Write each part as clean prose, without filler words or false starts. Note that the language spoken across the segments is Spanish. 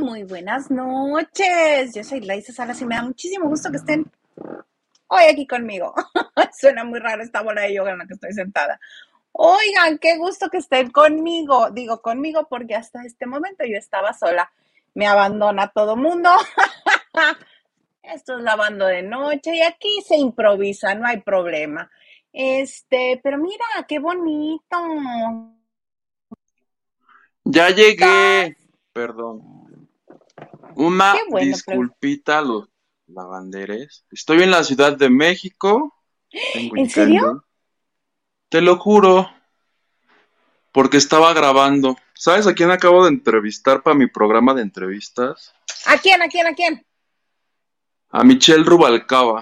Muy buenas noches. Yo soy Laisa Salas y me da muchísimo gusto que estén hoy aquí conmigo. Suena muy raro esta bola de yoga en la que estoy sentada. Oigan, qué gusto que estén conmigo. Digo conmigo porque hasta este momento yo estaba sola. Me abandona todo mundo. Esto es lavando de noche y aquí se improvisa, no hay problema. Pero mira, qué bonito. Ya ¿Estás? llegué, perdón. Qué Una bueno, pero disculpita a los lavanderes. Estoy en la Ciudad de México, vengo ¿en serio? llegando. Te lo juro, porque estaba grabando. ¿Sabes a quién acabo de entrevistar para mi programa de entrevistas? ¿A quién? ¿A quién? ¿A quién? A Michelle Rubalcaba.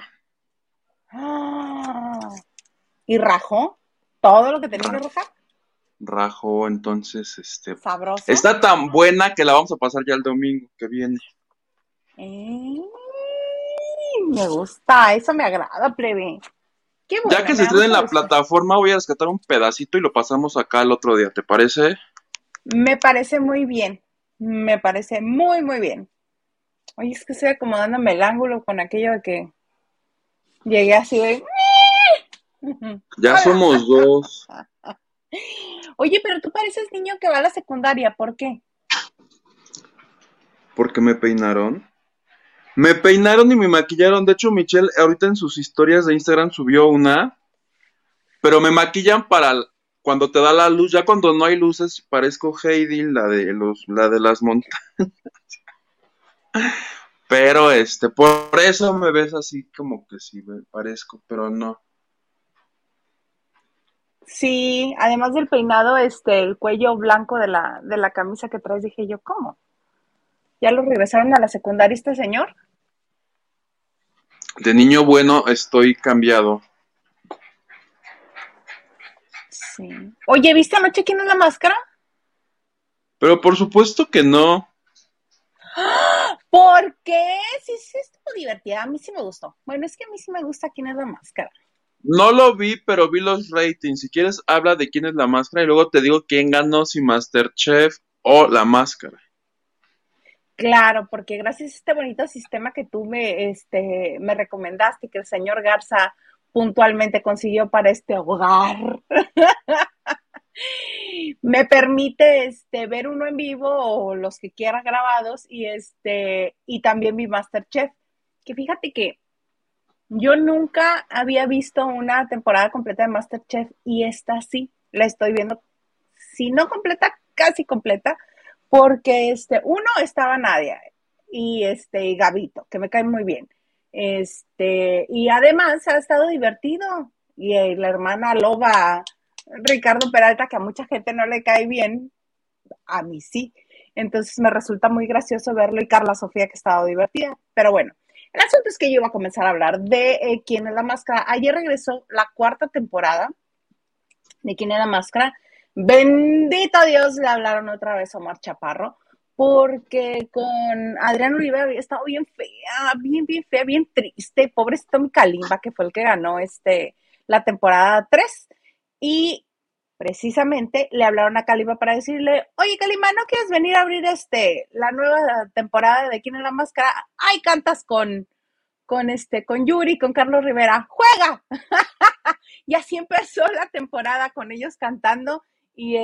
¡Ah! ¿Y rajó todo lo que tenía que Ra- rajar? Rajo, entonces, ¿Sabroso? está tan buena que la vamos a pasar ya el domingo que viene. Eh, Me gusta, eso me agrada, plebe. Qué Ya bueno, que me se da estrene en mucho la gusto. plataforma, voy a rescatar un pedacito y lo pasamos acá el otro día, ¿te parece? Me parece muy bien. Me parece muy, muy bien. Oye, es que estoy acomodándome el ángulo con aquello de que llegué así de... Ya Hola. somos dos. Oye, pero tú pareces niño que va a la secundaria. ¿Por qué? Porque me peinaron. Me peinaron y me maquillaron. De hecho, Michelle ahorita en sus historias de Instagram subió una, pero me maquillan para cuando te da la luz. Ya cuando no hay luces, parezco Heidi, la de las montañas. Pero por eso me ves así como que sí me parezco, pero no. Sí, además del peinado, el cuello blanco de la camisa que traes, dije yo, ¿cómo? ¿Ya lo regresaron a la secundaria este señor? De niño bueno estoy cambiado. Sí. Oye, ¿viste anoche quién es la máscara? Pero por supuesto que no. ¿Por qué? Sí, sí, estuvo divertida. A mí sí me gustó. Bueno, es que a mí sí me gusta quién es la máscara. No lo vi, pero vi los ratings. Si quieres, habla de quién es la máscara y luego te digo quién ganó, si Masterchef o la máscara. Claro, porque gracias a este bonito sistema que tú me recomendaste, que el señor Garza puntualmente consiguió para este hogar, me permite ver uno en vivo o los que quiera grabados y también mi Masterchef. Que fíjate que yo nunca había visto una temporada completa de Masterchef y esta sí la estoy viendo, si no completa, casi completa, porque uno estaba Nadia y Gabito, que me cae muy bien. Y además ha estado divertido. Y la hermana loba Ricardo Peralta, que a mucha gente no le cae bien, a mí sí. Entonces me resulta muy gracioso verlo y Carla Sofía, que ha estado divertida. Pero bueno, el asunto es que yo iba a comenzar a hablar de quién es la máscara. Ayer regresó la cuarta temporada de quién es la máscara. Bendito Dios, le hablaron otra vez a Omar Chaparro, porque con Adrián Uribe había estado bien fea, bien, bien fea, bien triste. Pobrecito mi Kalimba, que fue el que ganó la temporada 3. Y precisamente le hablaron a Kalimba para decirle, oye Kalimba, ¿no quieres venir a abrir la nueva temporada de quién es la máscara? Ay, cantas con Yuri, con Carlos Rivera, juega. Y así empezó la temporada con ellos cantando y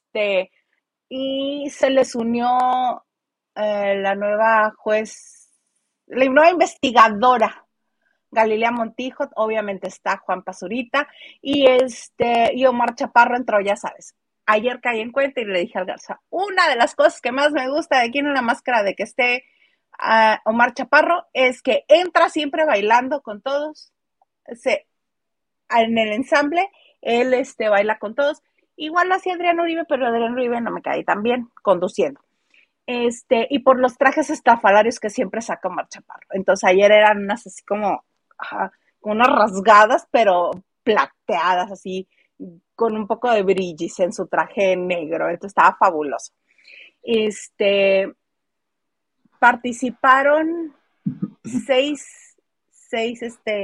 y se les unió la nueva juez, la nueva investigadora Galilea Montijo, obviamente está Juan Pazurita y Omar Chaparro entró, ya sabes. Ayer caí en cuenta y le dije al Garza, una de las cosas que más me gusta de aquí en la máscara de que esté Omar Chaparro es que entra siempre bailando con todos, se en el ensamble, él baila con todos. Igual lo hacía Adrián Uribe, pero Adrián Uribe no me cae tan bien conduciendo. Y por los trajes estafalarios que siempre saca Omar Chaparro. Entonces ayer eran unas así como, ajá, unas rasgadas, pero plateadas, así, con un poco de brillis en su traje negro. Entonces estaba fabuloso. Este, Participaron seis, seis,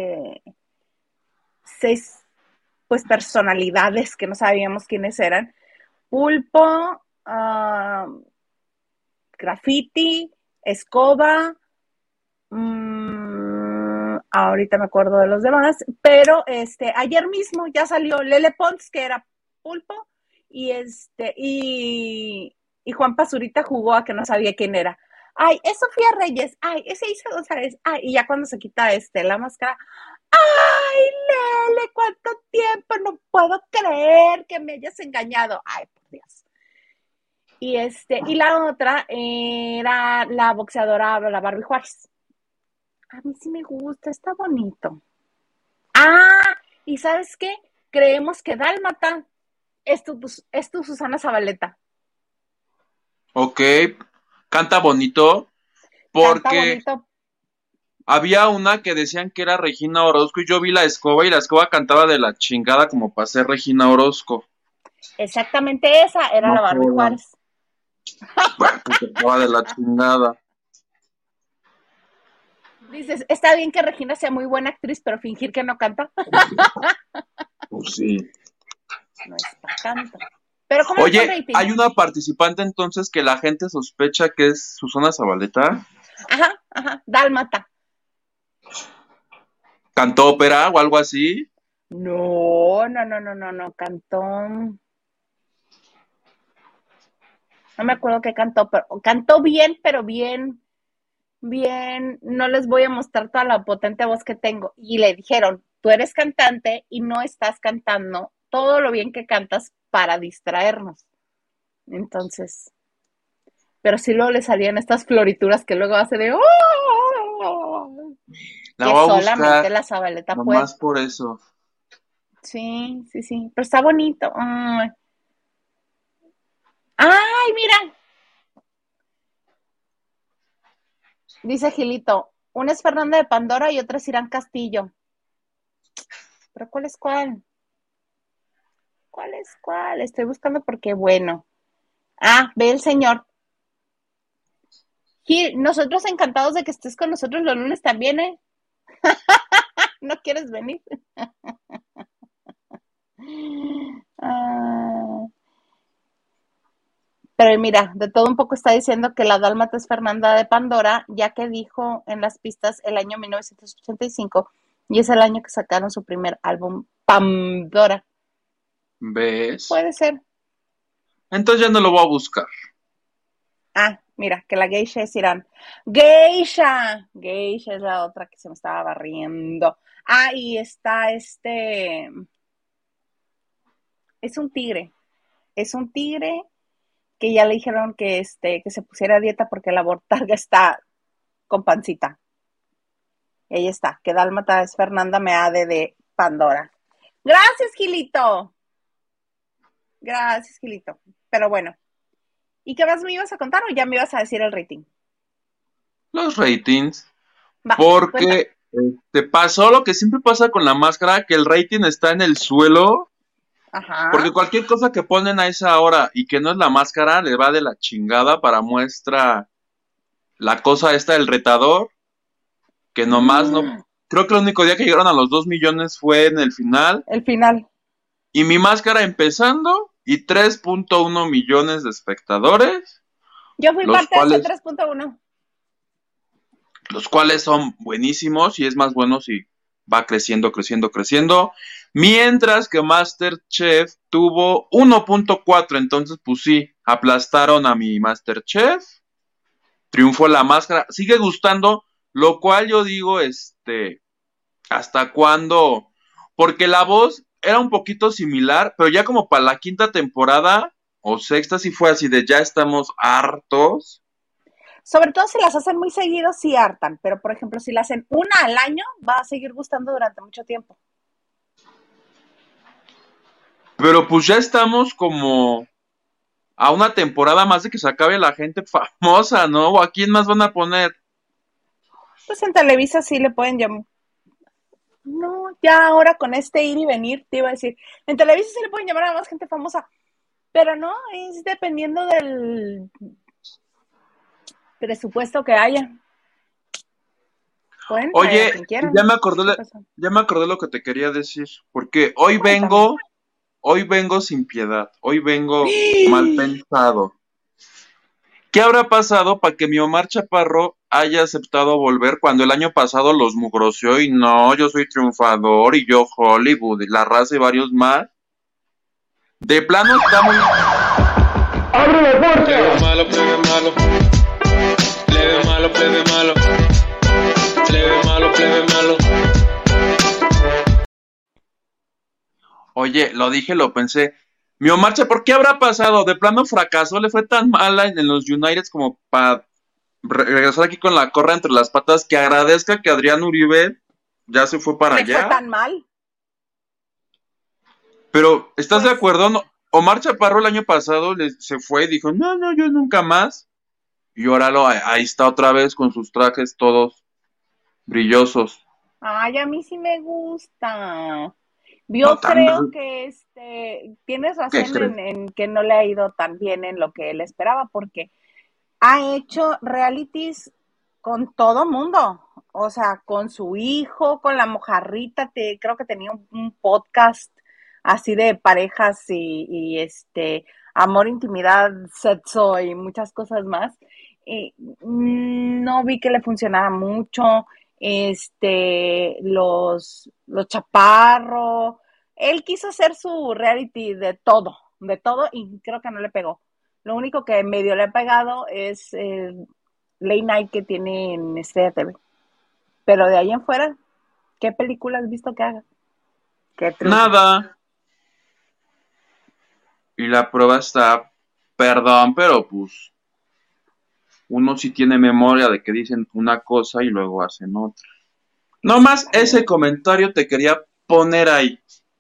seis pues personalidades que no sabíamos quiénes eran. Pulpo, Graffiti, Escoba, ahorita me acuerdo de los demás, pero ayer mismo ya salió Lele Pons, que era Pulpo, y Juan Pazurita jugó a que no sabía quién era. Ay, es Sofía Reyes, ay, ese Isa González, ay, y ya cuando se quita la máscara, ay, Lele, cuánto tiempo, no puedo creer que me hayas engañado. Ay, por Dios. Y la otra era la boxeadora, la Barbie Juárez. A mí sí me gusta, está bonito. Ah, ¿y sabes qué? Creemos que Dálmata es tu Susana Zabaleta. Ok, canta bonito, Canta porque bonito. había una que decían que era Regina Orozco y yo vi la escoba y la escoba cantaba de la chingada como para ser Regina Orozco. Exactamente esa era No la Barbie jodan. Juárez. Bueno, pues cantaba de la chingada. Dices, está bien que Regina sea muy buena actriz, pero fingir que no canta Pues sí. no es para tanto. Pero ¿cómo le fue el Oye, rating? hay una participante entonces que la gente sospecha que es Susana Zabaleta. Ajá, Dálmata. ¿Cantó ópera o algo así? No, cantó. No me acuerdo qué cantó, pero cantó bien, pero bien, no les voy a mostrar toda la potente voz que tengo. Y le dijeron, tú eres cantante y no estás cantando todo lo bien que cantas para distraernos. Entonces, pero sí luego le salían estas florituras que luego hace de ¡oh! La Que voy a buscar, solamente la Zabaleta puede. nomás por eso. Sí, pero está bonito. Ay, mira, dice Gilito, una es Fernanda de Pandora y otra es Irán Castillo. ¿Pero cuál es cuál? ¿Cuál es cuál? Estoy buscando porque, bueno. Ah, ve el señor. Gil, nosotros encantados de que estés con nosotros los lunes también, ¿eh? ¿No quieres venir? Ah, pero mira, de todo un poco está diciendo que la dálmata es Fernanda de Pandora, ya que dijo en las pistas el año 1985 y es el año que sacaron su primer álbum, Pandora. ¿Ves? Puede ser. Entonces ya no lo voy a buscar. Ah, mira, que la geisha es Irán. ¡Geisha! Geisha es la otra que se me estaba barriendo. Ah, y está es un tigre. Es un tigre que ya le dijeron que se pusiera a dieta porque la botarga está con pancita. Y ahí está, que dálmata es Fernanda Meade de Pandora. Gracias, Gilito. Gracias, Gilito. Pero bueno, ¿y qué más me ibas a contar o ya me ibas a decir el rating? Los ratings. Va, cuenta. Porque te pasó lo que siempre pasa con la máscara, que el rating está en el suelo. Ajá. Porque cualquier cosa que ponen a esa hora y que no es la máscara, le va de la chingada para muestra la cosa esta del retador. Que nomás no. Creo que el único día que llegaron a los 2 millones fue en el final. El final. Y mi máscara empezando y 3.1 millones de espectadores, Yo fui los parte de ese cuales, 3.1. los cuales son buenísimos y es más bueno si va creciendo, creciendo, creciendo. Mientras que MasterChef tuvo 1.4, entonces pues sí, aplastaron a mi MasterChef, triunfó la máscara, sigue gustando, lo cual yo digo, ¿hasta cuándo? Porque la voz era un poquito similar, pero ya como para la quinta temporada o sexta sí fue así de ya estamos hartos. Sobre todo si las hacen muy seguido, sí hartan. Pero, por ejemplo, si las hacen una al año, va a seguir gustando durante mucho tiempo. Pero pues ya estamos como a una temporada más de que se acabe la gente famosa, ¿no? ¿O a quién más van a poner? Pues en Televisa sí le pueden llamar. No, ya ahora con este ir y venir, te iba a decir. En Televisa sí le pueden llamar a más gente famosa. Pero no, es dependiendo del presupuesto que haya. Pueden traer a Oye, quien quieran. ¿Qué pasó? ya me acordé lo que te quería decir, porque Cuéntame. hoy vengo sin piedad, hoy vengo mal pensado. ¿Qué habrá pasado para que mi Omar Chaparro haya aceptado volver cuando el año pasado los mugroseó y no, yo soy triunfador y yo Hollywood y la raza y varios más? De plano estamos... ¡Abre la puerta! Plebe malo, plebe malo. Plebe malo, plebe malo. Plebe malo, plebe malo. Oye, lo dije, lo pensé. Mi Omar Chaparro, ¿qué habrá pasado? De plano fracasó, le fue tan mala en los United como para regresar aquí con la corra entre las patas, que agradezca que Adrián Uribe ya se fue para ¿Le fue allá. tan mal? Pero, ¿estás de Pues, acuerdo? No, Omar Chaparro el año pasado se fue y dijo, no, no, yo nunca más. Y ahora ahí está otra vez con sus trajes todos brillosos. ay, a mí sí me gusta. No Yo tan... creo que tienes ¿Qué razón crees? en que no le ha ido tan bien en lo que él esperaba, porque ha hecho realities con todo mundo, o sea, con su hijo, con la mojarrita, creo que tenía un podcast así de parejas y amor, intimidad, sexo y muchas cosas más. No vi que le funcionara mucho, los chaparros, él quiso hacer su reality de todo y creo que no le pegó. Lo único que medio le ha pegado es el late night que tiene en Estrella TV. Pero de ahí en fuera, ¿qué película has visto que haga? Que triunfe. Nada. Y la prueba está, perdón, pero pues uno sí tiene memoria de que dicen una cosa y luego hacen otra. Nomás ese comentario te quería poner ahí.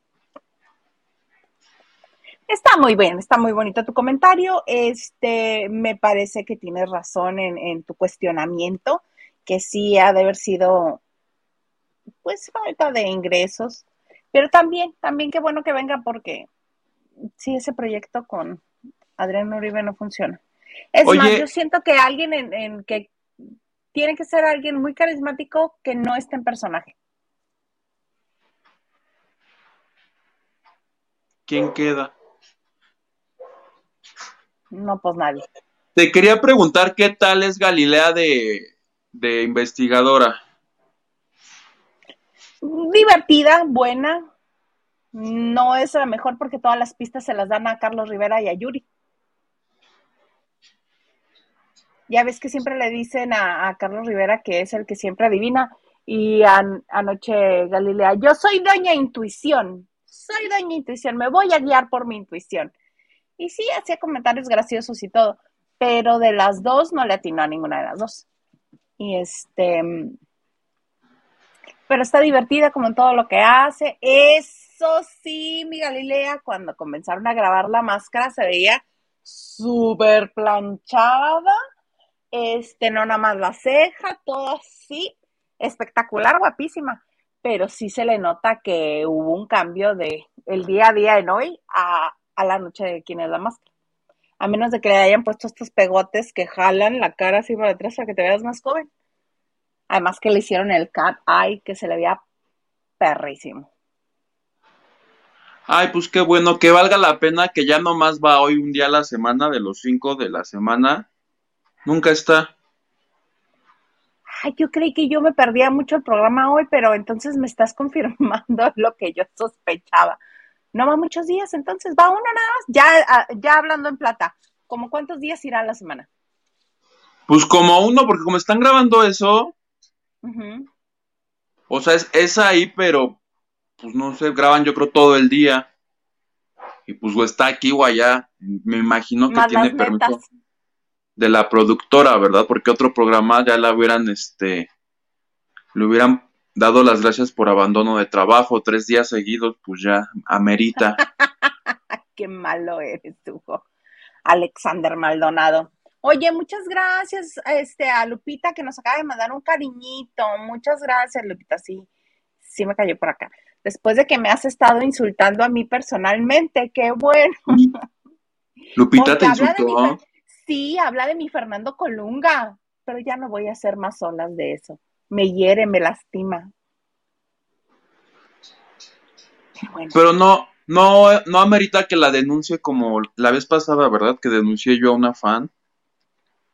Está muy bien, está muy bonito tu comentario. Me parece que tienes razón en tu cuestionamiento, que sí ha de haber sido, pues, falta de ingresos. Pero también qué bueno que venga porque sí, ese proyecto con Adrián Uribe no funciona. Es más, yo Oye, siento que alguien en que tiene que ser alguien muy carismático que no esté en personaje. ¿quién queda? No, pues nadie. Te quería preguntar qué tal es Galilea de investigadora. Divertida, buena. No es la mejor porque todas las pistas se las dan a Carlos Rivera y a Yuri. Ya ves que siempre le dicen a Carlos Rivera que es el que siempre adivina. Y anoche Galilea, yo soy doña intuición. Soy doña intuición. Me voy a guiar por mi intuición. Y sí, hacía comentarios graciosos y todo. Pero de las dos no le atinó a ninguna de las dos. Y pero está divertida como en todo lo que hace. Eso sí, mi Galilea, cuando comenzaron a grabar la máscara se veía súper planchada, no nada más la ceja, todo así, espectacular, guapísima, pero sí se le nota que hubo un cambio de el día a día en hoy a la noche de quién es la máscara. A menos de que le hayan puesto estos pegotes que jalan la cara así para atrás para que te veas más joven. Además que le hicieron el cat eye que se le veía perrísimo. Ay, pues qué bueno, que valga la pena que ya nomás va hoy un día a la semana de los 5 de la semana. Nunca está. Ay, yo creí que yo me perdía mucho el programa hoy, pero entonces me estás confirmando lo que yo sospechaba. No va muchos días, entonces va uno nada más. Ya hablando en plata, ¿cómo cuántos días irá a la semana? Pues como uno, porque como están grabando eso, Uh-huh. o sea, es ahí, pero pues no sé, graban yo creo todo el día. Y pues o está aquí o allá. Me imagino que Más tiene las netas. permiso de la productora, ¿verdad? Porque otro programa ya le hubieran dado las gracias por abandono de trabajo 3 días seguidos, pues ya amerita. Qué malo eres, tú, Alexander Maldonado. Oye, muchas gracias a Lupita que nos acaba de mandar un cariñito. Muchas gracias, Lupita. Sí me cayó por acá. Después de que me has estado insultando a mí personalmente, qué bueno. Lupita te Porque habla de insultó. sí, habla de mi Fernando Colunga, pero ya no voy a hacer más olas de eso. Me hiere, me lastima. Pero bueno, Pero no amerita que la denuncie como la vez pasada, ¿verdad? Que denuncié yo a una fan.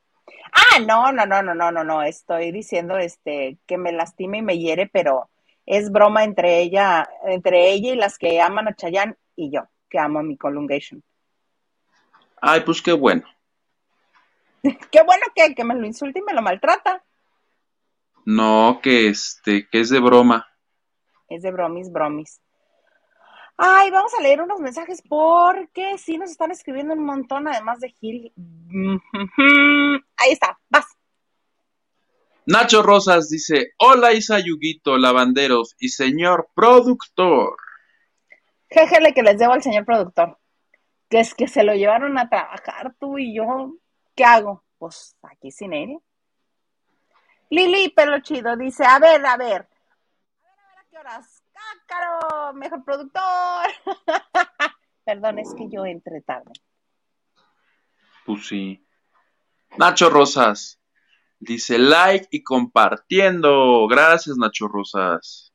No, estoy diciendo que me lastima y me hiere, pero es broma entre ella y las que aman a Chayanne y yo, que amo a mi Colungation. Ay, pues qué bueno. Qué bueno que me lo insulta y me lo maltrata. No, que es de broma. Es de bromis. Ay, vamos a leer unos mensajes porque sí nos están escribiendo un montón, además de Gil. Ahí está, vas. Nacho Rosas dice, hola Isa Yuguito, lavanderos y señor productor. Jéjele que les debo al señor productor. Que es que se lo llevaron a trabajar tú y yo. ¿Qué hago? Pues aquí sin él. Lili Pelo Chido dice, a ver, ¿a qué horas? ¡Cácaro! Mejor productor. Perdón, es que yo entré tarde. Pues sí. Nacho Rosas dice like y compartiendo. Gracias, Nacho Rosas.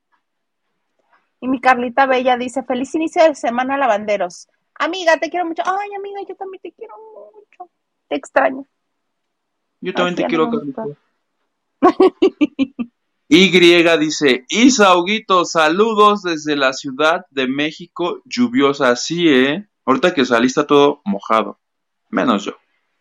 Y mi Carlita Bella dice, feliz inicio de semana, lavanderos. Amiga, te quiero mucho. Ay, amiga, yo también te quiero mucho. Te extraño. Yo también Así te quiero, andamos Carlita. todos. Y dice, Isa Huguito, saludos desde la Ciudad de México, lluviosa, sí, ahorita que salí está todo mojado, menos yo.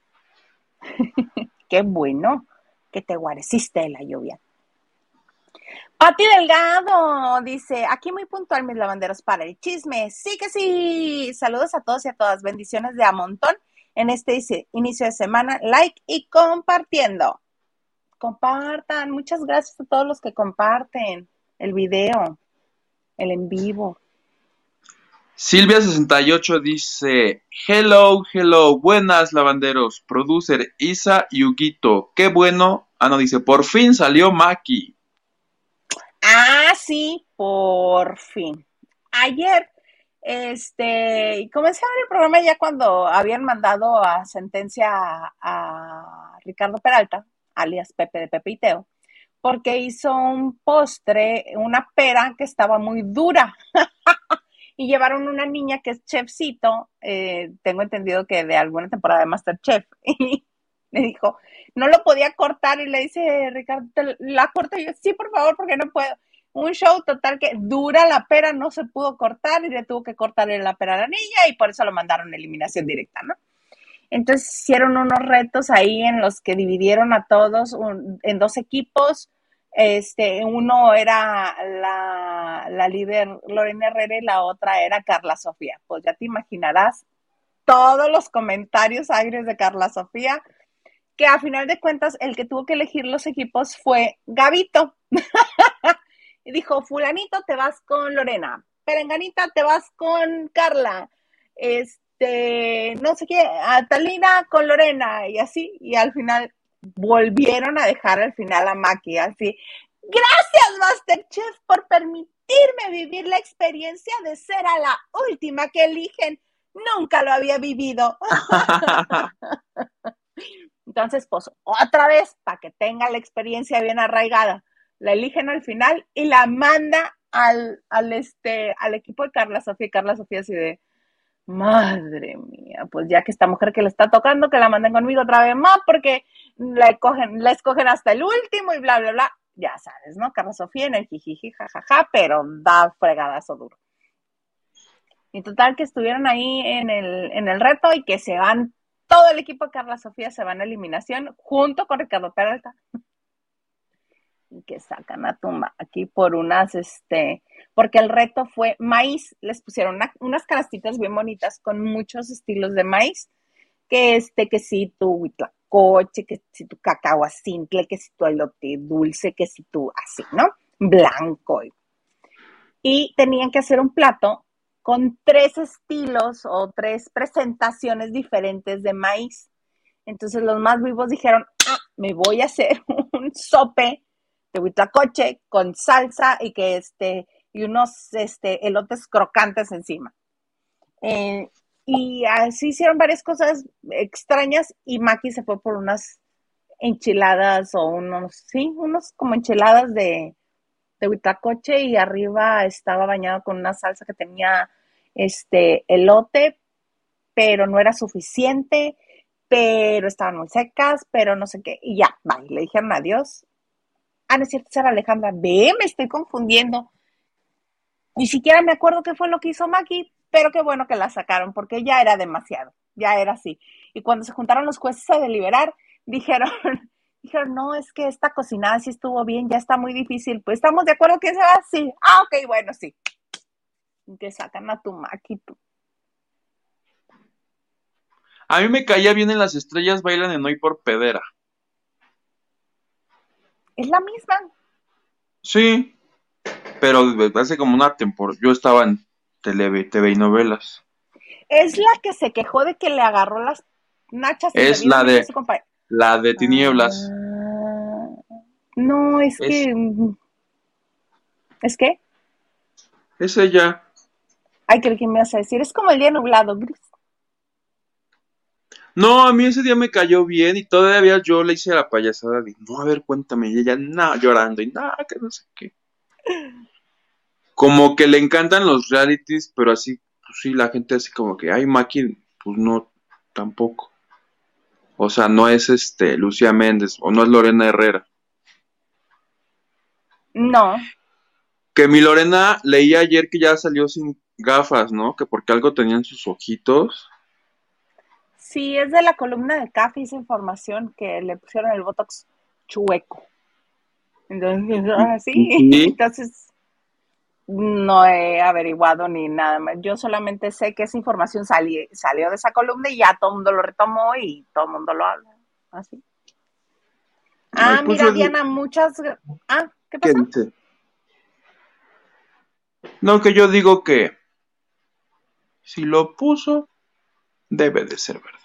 Qué bueno que te guareciste de la lluvia. Pati Delgado dice, aquí muy puntual mis lavanderos para el chisme. Sí que sí. Saludos a todos y a todas. Bendiciones de a montón en este inicio de semana. Like y compartiendo. Compartan. Muchas gracias a todos los que comparten el video, el en vivo. Silvia68 dice, hello, buenas lavanderos, producer Isa y Huguito, qué bueno. Ah, no, dice, por fin salió Maki. Ah, sí, por fin. Ayer, comencé a ver el programa ya cuando habían mandado a sentencia a Ricardo Peralta, alias Pepe de Pepe y Teo, porque hizo un postre, una pera que estaba muy dura. Y llevaron una niña que es chefcito, tengo entendido que de alguna temporada de MasterChef, y me dijo, no lo podía cortar, y le dice, Ricardo, ¿la corto? Y yo, sí, por favor, porque no puedo. Un show total que dura la pera, no se pudo cortar, y le tuvo que cortarle la pera a la niña, y por eso lo mandaron a eliminación directa, ¿no? Entonces hicieron unos retos ahí en los que dividieron a todos en dos equipos. Uno era la líder Lorena Herrera y la otra era Carla Sofía. Pues ya te imaginarás todos los comentarios agrios de Carla Sofía, que a final de cuentas el que tuvo que elegir los equipos fue Gabito. Y dijo, fulanito te vas con Lorena, perenganita te vas con Carla, no sé qué, a Talina con Lorena, y así, y al final volvieron a dejar al final a Maki, así, gracias Masterchef por permitirme vivir la experiencia de ser a la última que eligen, nunca lo había vivido. Entonces, pues, otra vez, para que tenga la experiencia bien arraigada, la eligen al final y la manda al equipo de Carla Sofía. Y Carla Sofía así de, madre mía, pues ya que esta mujer que le está tocando, que la manden conmigo otra vez más, porque la escogen hasta el último y bla, bla, bla. Ya sabes, ¿no? Carla Sofía en el jijiji, jajaja, pero da fregadazo duro. Y total que estuvieron ahí en el reto y que se van, todo el equipo de Carla Sofía se van a eliminación junto con Ricardo Peralta. Y que sacan a tumba aquí por porque el reto fue maíz, les pusieron unas canastitas bien bonitas con muchos estilos de maíz, que si tu huitlacoche, que si tu cacahuacintle, que si tu elote dulce, que si tu así, ¿no? Blanco. Y tenían que hacer un plato con 3 estilos o 3 presentaciones diferentes de maíz. Entonces los más vivos dijeron, me voy a hacer un sope de huitlacoche con salsa y y unos elotes crocantes encima. Y así hicieron varias cosas extrañas y Maki se fue por unas enchiladas o unos como enchiladas de huitlacoche y arriba estaba bañado con una salsa que tenía elote, pero no era suficiente pero estaban muy secas, pero no sé qué, y ya, bye, le dijeron adiós. Ah, no es cierto, era Alejandra, ve, me estoy confundiendo. Ni siquiera me acuerdo qué fue lo que hizo Maki, pero qué bueno que la sacaron, porque ya era demasiado, ya era así. Y cuando se juntaron los jueces a deliberar, dijeron, dijeron, no, es que esta cocinada sí estuvo bien, ya está muy difícil. Pues estamos de acuerdo que se va así. Ah, ok, bueno, sí. Que sacan a tu Maki, tú. A mí me caía bien en Las Estrellas Bailan en Hoy por Pedera. Es la misma. Sí, pero hace como una temporada. Yo estaba en TV y novelas. Es la que se quejó de que le agarró las nachas y le Es vino a su compañero. la de Tinieblas. No, es Es, que. ¿Es que? es ella. Ay, creo que me vas a decir. Es como el día nublado, gris. No, a mí ese día me cayó bien y todavía yo le hice la payasada de, no, a ver, cuéntame. Y ella, nada, llorando y nada, que no sé qué. Como que le encantan los realities, pero así, pues sí, la gente así como que, ay, Maki, pues no, tampoco. O sea, no es Lucía Méndez o no es Lorena Herrera. No. Que mi Lorena leí ayer que ya salió sin gafas, ¿no? Que porque algo tenían sus ojitos. Sí, es de la columna de Café esa información que le pusieron el Botox chueco. Entonces, así. Sí, Entonces, no he averiguado ni nada más. Yo solamente sé que esa información salió de esa columna y ya todo el mundo lo retomó y todo el mundo lo habla. Así. ay, Ah, pues mira, yo Diana, Ah, ¿qué ¿qué pasó? dice? No, que yo digo que si lo puso, debe de ser verdad.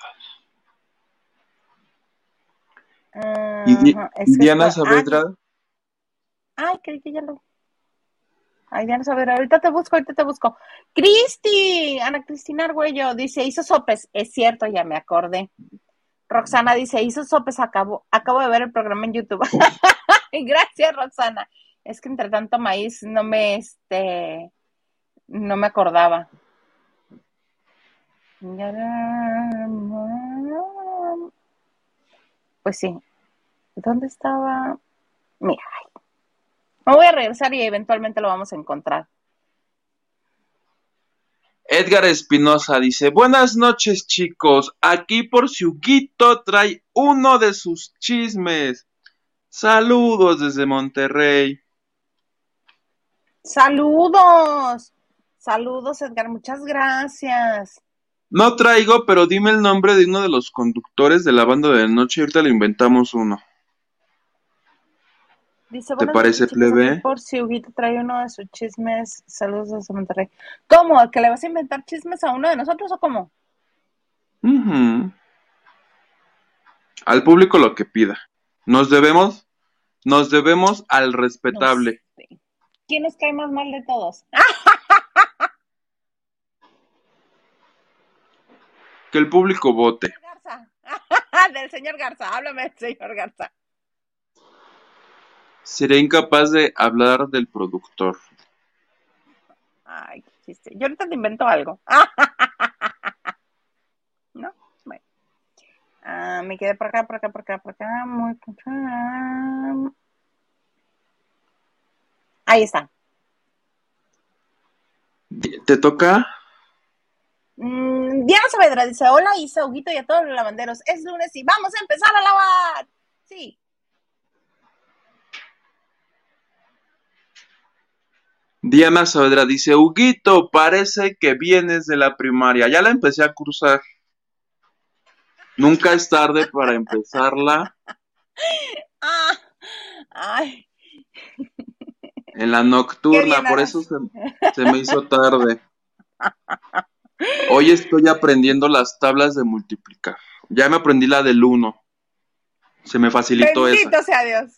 Es Y que Diana está. Saavedra, Ay, creí que ya lo. Ay, Diana Saavedra, ahorita te busco, ahorita te busco. Cristi, Ana Cristina Argüello dice, hizo sopes. Es cierto, ya me acordé. Roxana dice, hizo sopes, acabo de ver el programa en YouTube. Gracias, Roxana. Es que entre tanto maíz no me acordaba. Pues sí. ¿Dónde estaba? Mira, me voy a regresar y eventualmente lo vamos a encontrar. Edgar Espinosa dice, buenas noches chicos, aquí por si Huguito trae uno de sus chismes. Saludos desde Monterrey. Saludos. Saludos, Edgar, muchas gracias. No traigo, pero dime el nombre de uno de los conductores de la banda de noche y ahorita le inventamos uno. Dice, ¿Te buenas noches, parece, chicos, aquí plebe? por si Huguito trae uno de sus chismes. Saludos desde Monterrey. ¿Cómo? ¿Que le vas a inventar chismes a uno de nosotros o cómo? Ujú. Al público lo que pida. Nos debemos al No sé. respetable. ¿Quién nos cae más mal de todos? Que el público vote. Garza. Del señor Garza. Háblame del señor Garza. Seré incapaz de hablar del productor. Ay, qué chiste. Yo ahorita te invento algo. ¿No? Bueno. Me quedé por acá, por acá, por acá, por acá. Muy... Ahí está. ¿Te toca? Diana Saavedra dice, hola Isa, Huguito y a todos los lavanderos. Es lunes y vamos a empezar a lavar. Sí. Diana Saavedra dice, Huguito, parece que vienes de la primaria. Ya la empecé a cursar. Nunca es tarde para empezarla. Ah, ay, En la qué nocturna, bien por eso harás. se me hizo tarde. Hoy estoy aprendiendo las tablas de multiplicar. Ya me aprendí la del 1. Se me facilitó esa. Bendito sea Dios.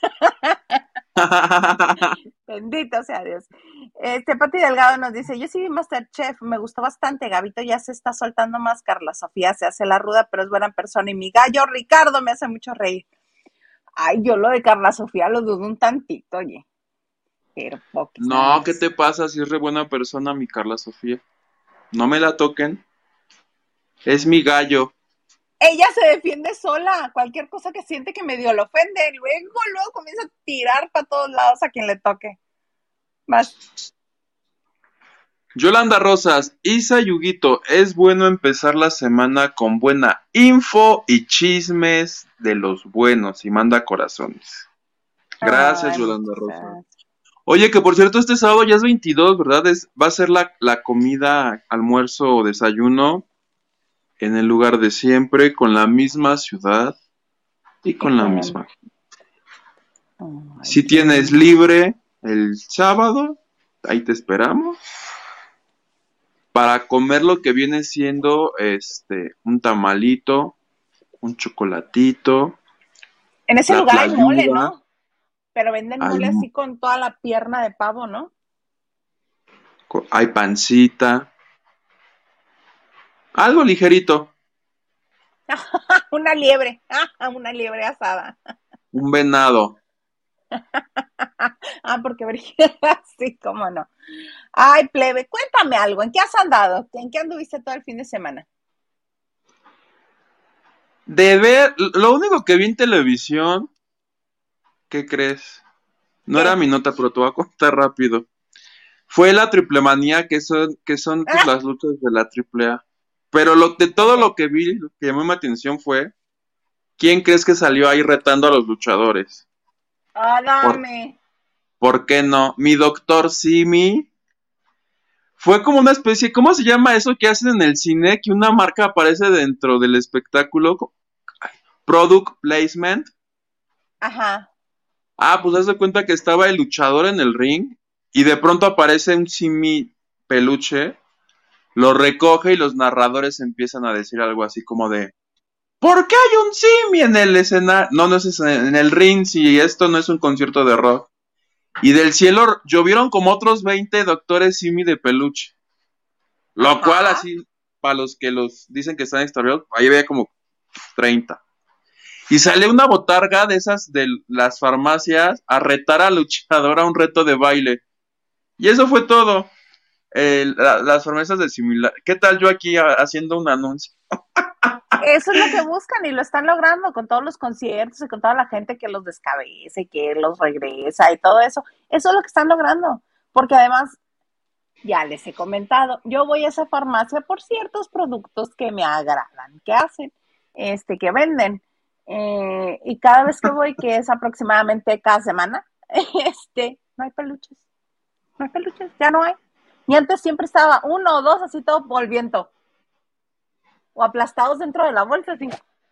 Bendito sea Dios. Pati Delgado nos dice, yo sí vi Masterchef, me gustó bastante, Gabito ya se está soltando más, Carla Sofía se hace la ruda, pero es buena persona, y mi gallo Ricardo me hace mucho reír. Ay, yo lo de Carla Sofía lo dudo un tantito, oye. Pero poquis nada No, más. ¿qué te pasa? Si es re buena persona, mi Carla Sofía. No me la toquen. Es mi gallo. ella se defiende sola. Cualquier cosa que siente que medio le ofende, luego comienza a tirar para todos lados a quien le toque. Más. Yolanda Rosas, Isa Yuguito, es bueno empezar la semana con buena info y chismes de los buenos y manda corazones. Gracias, Ay, Yolanda muchas Rosas. gracias. Oye, que por cierto, este sábado ya es 22, ¿verdad? Va a ser la comida, almuerzo o desayuno en el lugar de siempre, con la misma ciudad y con la Híjole. misma. Ay, Si qué tienes lindo. libre el sábado, ahí te esperamos para comer lo que viene siendo un tamalito, un chocolatito, En ese la lugar hay mole, tlayuda, ¿no? Pero venden hay, mole así con toda la pierna de pavo, ¿no? hay pancita, algo ligerito, Una liebre, una liebre asada. un venado. Porque Virginia, sí, cómo no. Ay, plebe, cuéntame algo, ¿en qué has andado? ¿En qué anduviste todo el fin de semana? De ver, lo único que vi en televisión, ¿qué crees? No era ¿Qué? mi nota, pero te voy a contar rápido. Fue la triplemanía, que son pues, las luchas de la triple A. Pero de todo Ok. lo que vi, lo que llamó mi atención fue, ¿quién crees que salió ahí retando a los luchadores? ¿Por, Dame. ¿por qué no? Mi doctor Simi. Fue como una especie, ¿cómo se llama eso que hacen en el cine? Que una marca aparece dentro del espectáculo. Product placement. Ajá. Pues haz de cuenta que estaba el luchador en el ring y de pronto aparece un Simi peluche, lo recoge y los narradores empiezan a decir algo así como de ¿por qué hay un Simi en el escenario? No, no es en el ring, si esto no es un concierto de rock. Y del cielo llovieron como otros 20 doctores Simi de peluche. Lo cual Ajá. así, para los que los dicen que están extraviados, ahí había como 30. Y sale una botarga de esas de las farmacias a retar al luchador a un reto de baile. Y eso fue todo. Las farmacias de similar. ¿Qué tal yo aquí haciendo un anuncio? Eso es lo que buscan y lo están logrando con todos los conciertos y con toda la gente que los descabeza y que los regresa y todo eso. Eso es lo que están logrando. Porque además, ya les he comentado, yo voy a esa farmacia por ciertos productos que me agradan, que hacen, que venden. Y cada vez que voy, que es aproximadamente cada semana, no hay peluches. No hay peluches, ya no hay. Y antes siempre estaba uno o dos así todo por el viento. O aplastados dentro de la bolsa, así.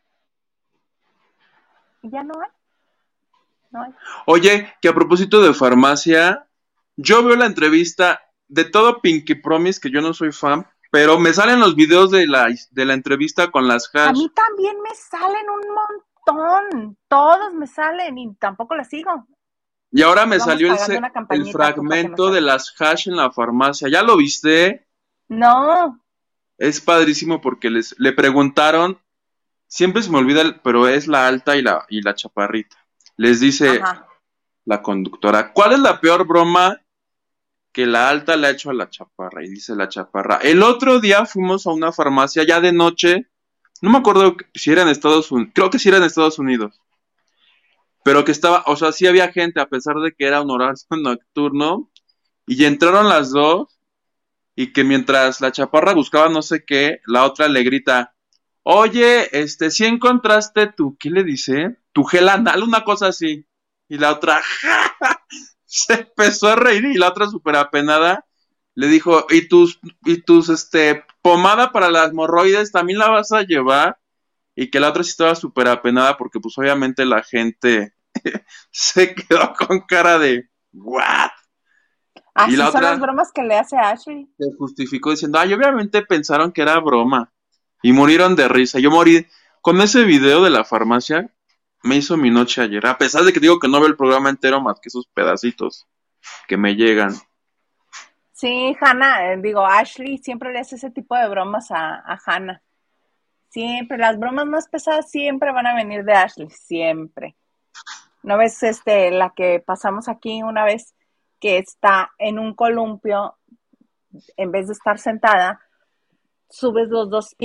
Y ya no hay. No hay. Oye, que a propósito de farmacia, yo veo la entrevista de todo Pinky Promise, que yo no soy fan, pero me salen los videos de la entrevista con las A hash. mí también me salen un montón. Todos me salen y tampoco las sigo. Y ahora me Vamos salió pagando una el campañita tú para que nos fragmento de salga. las hash en la farmacia. ¿Ya lo viste? No. Es padrísimo porque le preguntaron, siempre se me olvida, pero es la alta y la chaparrita. Les dice Ajá. la conductora, ¿cuál es la peor broma que la alta le ha hecho a la chaparra? Y dice la chaparra, el otro día fuimos a una farmacia ya de noche, no me acuerdo si era en Estados Unidos, creo que sí era en Estados Unidos, pero que estaba, o sea, sí había gente a pesar de que era un horario nocturno, y entraron las dos, y que mientras la chaparra buscaba no sé qué, la otra le grita, oye, si encontraste ¿qué le dice? Tu gel anal, una cosa así. Y la otra, se empezó a reír y la otra súper apenada le dijo, ¿y tus pomada para las hemorroides también la vas a llevar? Y que la otra sí estaba súper apenada porque pues obviamente la gente se quedó con cara de, ¿what? Y Así la son las otra bromas que le hace Ashley. se justificó diciendo, ay, obviamente pensaron que era broma. Y murieron de risa. Yo morí con ese video de la farmacia, me hizo mi noche ayer. A pesar de que digo que no veo el programa entero más que esos pedacitos que me llegan. Sí, Hannah, Ashley siempre le hace ese tipo de bromas a Hannah. Siempre, las bromas más pesadas siempre van a venir de Ashley, siempre. ¿No ves la que pasamos aquí una vez que está en un columpio, en vez de estar sentada, subes los dos pies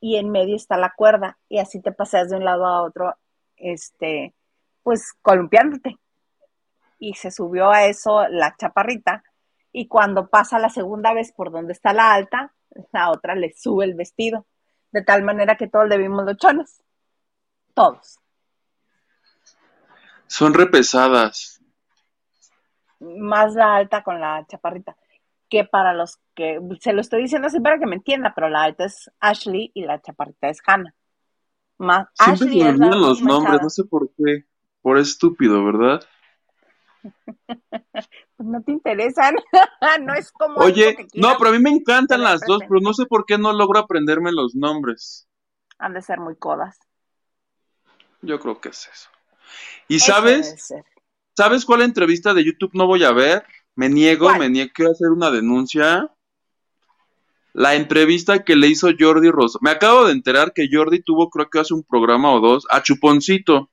y en medio está la cuerda y así te paseas de un lado a otro, pues columpiándote. Y se subió a eso la chaparrita y cuando pasa la segunda vez por donde está la alta, la otra le sube el vestido, de tal manera que todos le vimos los chones, todos. Son re pesadas. Más la alta con la chaparrita, que para los que, se lo estoy diciendo así para que me entienda, pero la alta es Ashley y la chaparrita es Hannah. Más, Siempre se Ashley me es la olvidan más los nombres, manchada. no sé por qué. Por estúpido, ¿verdad? Pues no te interesan, no es como algo Oye, que no, quieras pero a mí me encantan tener las dos, pero no presente. sé por qué no logro aprenderme los nombres. Han de ser muy codas. Yo creo que es eso. ¿Y Eso debe sabes? ser. ¿Sabes cuál entrevista de YouTube no voy a ver? ¿Cuál? Quiero hacer una denuncia. La entrevista que le hizo Jordi Rosa. Me acabo de enterar que Jordi tuvo, creo que hace un programa o dos, a Chuponcito,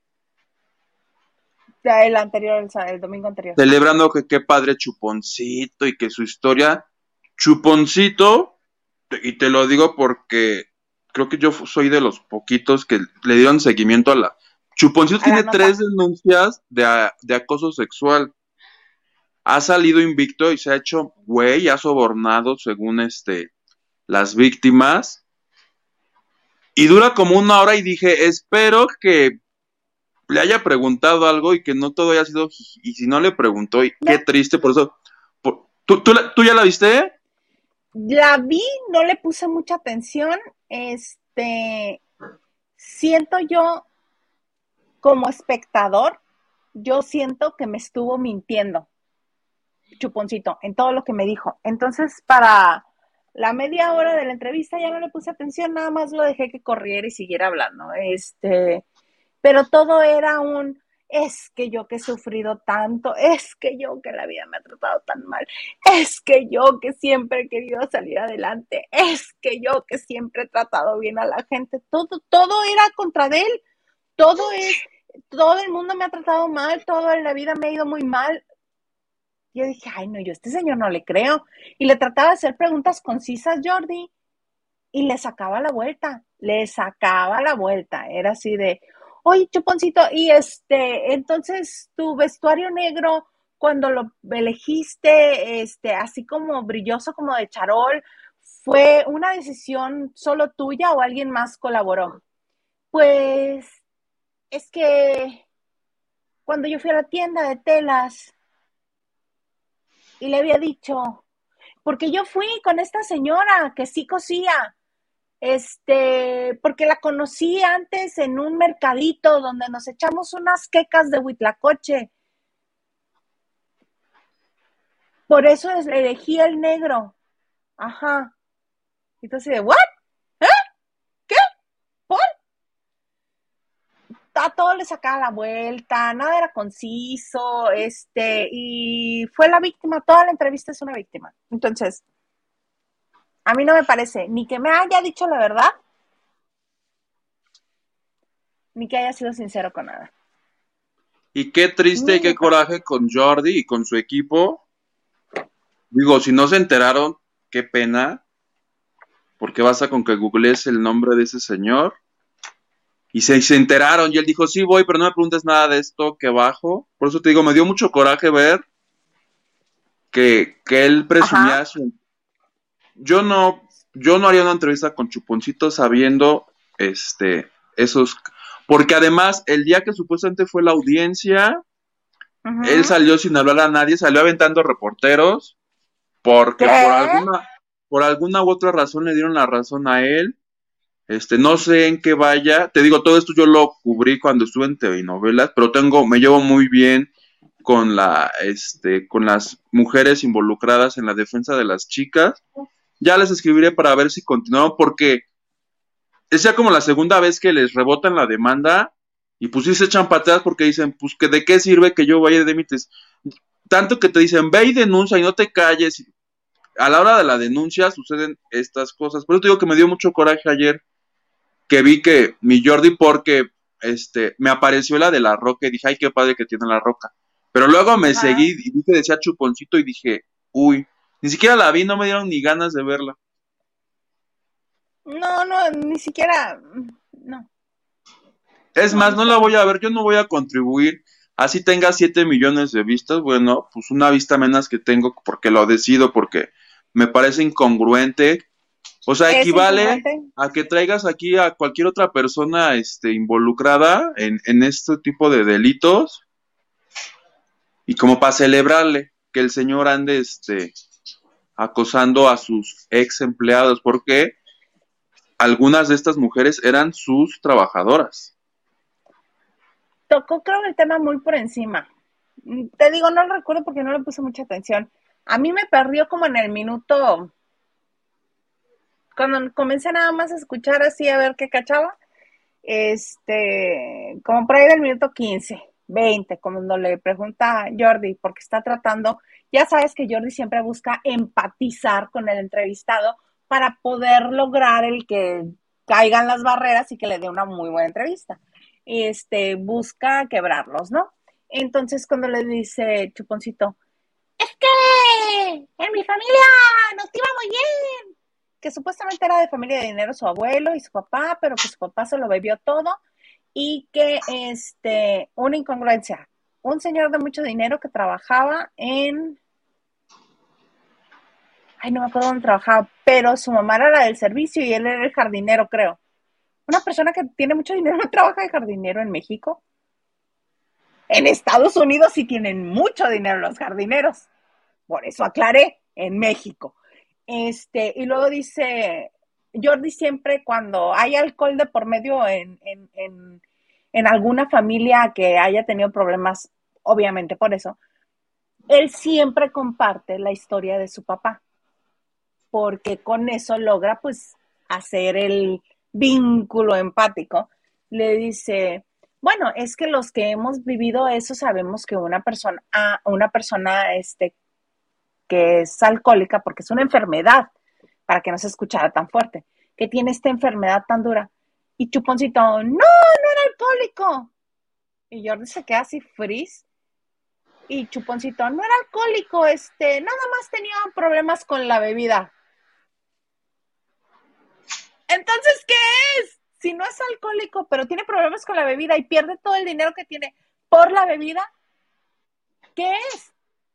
El anterior, el domingo anterior. celebrando que qué padre Chuponcito y que su historia. Chuponcito, y te lo digo porque creo que yo soy de los poquitos que le dieron seguimiento a la... Chuponcito A la tiene 3 nota. denuncias de acoso sexual. Ha salido invicto y se ha hecho güey, ha sobornado según las víctimas. Y dura como 1 hora y dije, espero que le haya preguntado algo y que no todo haya sido, y si no le preguntó, y qué No, triste, por eso. ¿Tú ya la viste? la vi, no le puse mucha atención. Siento yo, como espectador, yo siento que me estuvo mintiendo Chuponcito en todo lo que me dijo. Entonces, para la media hora de la entrevista ya no le puse atención, nada más lo dejé que corriera y siguiera hablando. Pero todo era es que yo que he sufrido tanto, es que yo que la vida me ha tratado tan mal, es que yo que siempre he querido salir adelante, es que yo que siempre he tratado bien a la gente, todo era contra de él, todo es, todo el mundo me ha tratado mal, todo en la vida me ha ido muy mal. Yo dije, ay no, yo a este señor no le creo. Y le trataba de hacer preguntas concisas, Jordi, y le sacaba la vuelta, era así de, oye, Chuponcito, y entonces tu vestuario negro, cuando lo elegiste, así como brilloso, como de charol, ¿fue una decisión solo tuya o alguien más colaboró? Pues es que cuando yo fui a la tienda de telas y le había dicho, porque yo fui con esta señora que sí cosía, porque la conocí antes en un mercadito donde nos echamos unas quecas de huitlacoche. Por eso elegí el negro. Ajá. Entonces, ¿what? ¿Eh? ¿Qué? ¿Por? A todo le sacaba la vuelta, nada era conciso, y fue la víctima, toda la entrevista es una víctima. Entonces, a mí no me parece ni que me haya dicho la verdad, ni que haya sido sincero con nada. Y qué triste y Ni qué me parece. coraje con Jordi y con su equipo. Digo, si no se enteraron, qué pena, porque basta con que googlees el nombre de ese señor. Y se enteraron, y él dijo, sí voy, pero no me preguntes nada de esto que bajo. Por eso te digo, me dio mucho coraje ver que él presumía Ajá. Yo no haría una entrevista con Chuponcito sabiendo esos, porque además el día que supuestamente fue la audiencia, él Uh-huh. salió sin hablar a nadie, salió aventando reporteros, porque ¿Qué? por alguna u otra razón le dieron la razón a él. No sé en qué vaya, te digo, todo esto yo lo cubrí cuando estuve en telenovelas, pero me llevo muy bien con con las mujeres involucradas en la defensa de las chicas. Ya les escribiré para ver si continuaron, porque es ya como la segunda vez que les rebotan la demanda y pues sí se echan patadas porque dicen, pues que de qué sirve que yo vaya de mites. Tanto que te dicen, ve y denuncia y no te calles. A la hora de la denuncia suceden estas cosas. Por eso te digo que me dio mucho coraje ayer que vi que mi Jordi, porque me apareció la de La Roca y dije, ay, qué padre que tiene La Roca. Pero luego me Ajá. seguí y vi que decía Chuponcito y dije, uy, ni siquiera la vi, no me dieron ni ganas de verla. No, no, ni siquiera, no, Es no, más, no no está la voy bien. a ver, yo no voy a contribuir. Así tenga 7 millones de vistas, bueno, pues una vista menos que tengo porque lo decido, porque me parece incongruente. O sea, Es equivale incongruente. a que traigas aquí a cualquier otra persona involucrada en este tipo de delitos y como para celebrarle que el señor ande acosando a sus ex empleados, porque algunas de estas mujeres eran sus trabajadoras. Tocó, creo, el tema muy por encima. Te digo, no lo recuerdo porque no le puse mucha atención. A mí me perdió como en el minuto, cuando comencé nada más a escuchar así a ver qué cachaba, como por ahí del minuto 15, 20, cuando le pregunta a Jordi, porque está tratando, ya sabes que Jordi siempre busca empatizar con el entrevistado para poder lograr el que caigan las barreras y que le dé una muy buena entrevista. Busca quebrarlos, ¿no? Entonces cuando le dice Chuponcito, es que en mi familia nos iba muy bien, que supuestamente era de familia de dinero su abuelo y su papá, pero que su papá se lo bebió todo y que una incongruencia, un señor de mucho dinero que trabajaba ay, no me acuerdo dónde trabajaba, pero su mamá era la del servicio y él era el jardinero, creo. Una persona que tiene mucho dinero no trabaja de jardinero en México. En Estados Unidos sí tienen mucho dinero los jardineros. Por eso aclaré, en México. Y luego dice, Jordi siempre cuando hay alcohol de por medio en alguna familia que haya tenido problemas, obviamente por eso, él siempre comparte la historia de su papá, porque con eso logra pues hacer el vínculo empático. Le dice, bueno, es que los que hemos vivido eso sabemos que una persona que es alcohólica, porque es una enfermedad, para que no se escuchara tan fuerte, que tiene esta enfermedad tan dura. Y Chuponcito, no, no era alcohólico. Y Jordi se queda así frizz. Y Chuponcito, no era alcohólico, nada más tenía problemas con la bebida. Entonces, ¿qué es? Si no es alcohólico, pero tiene problemas con la bebida y pierde todo el dinero que tiene por la bebida, ¿qué es?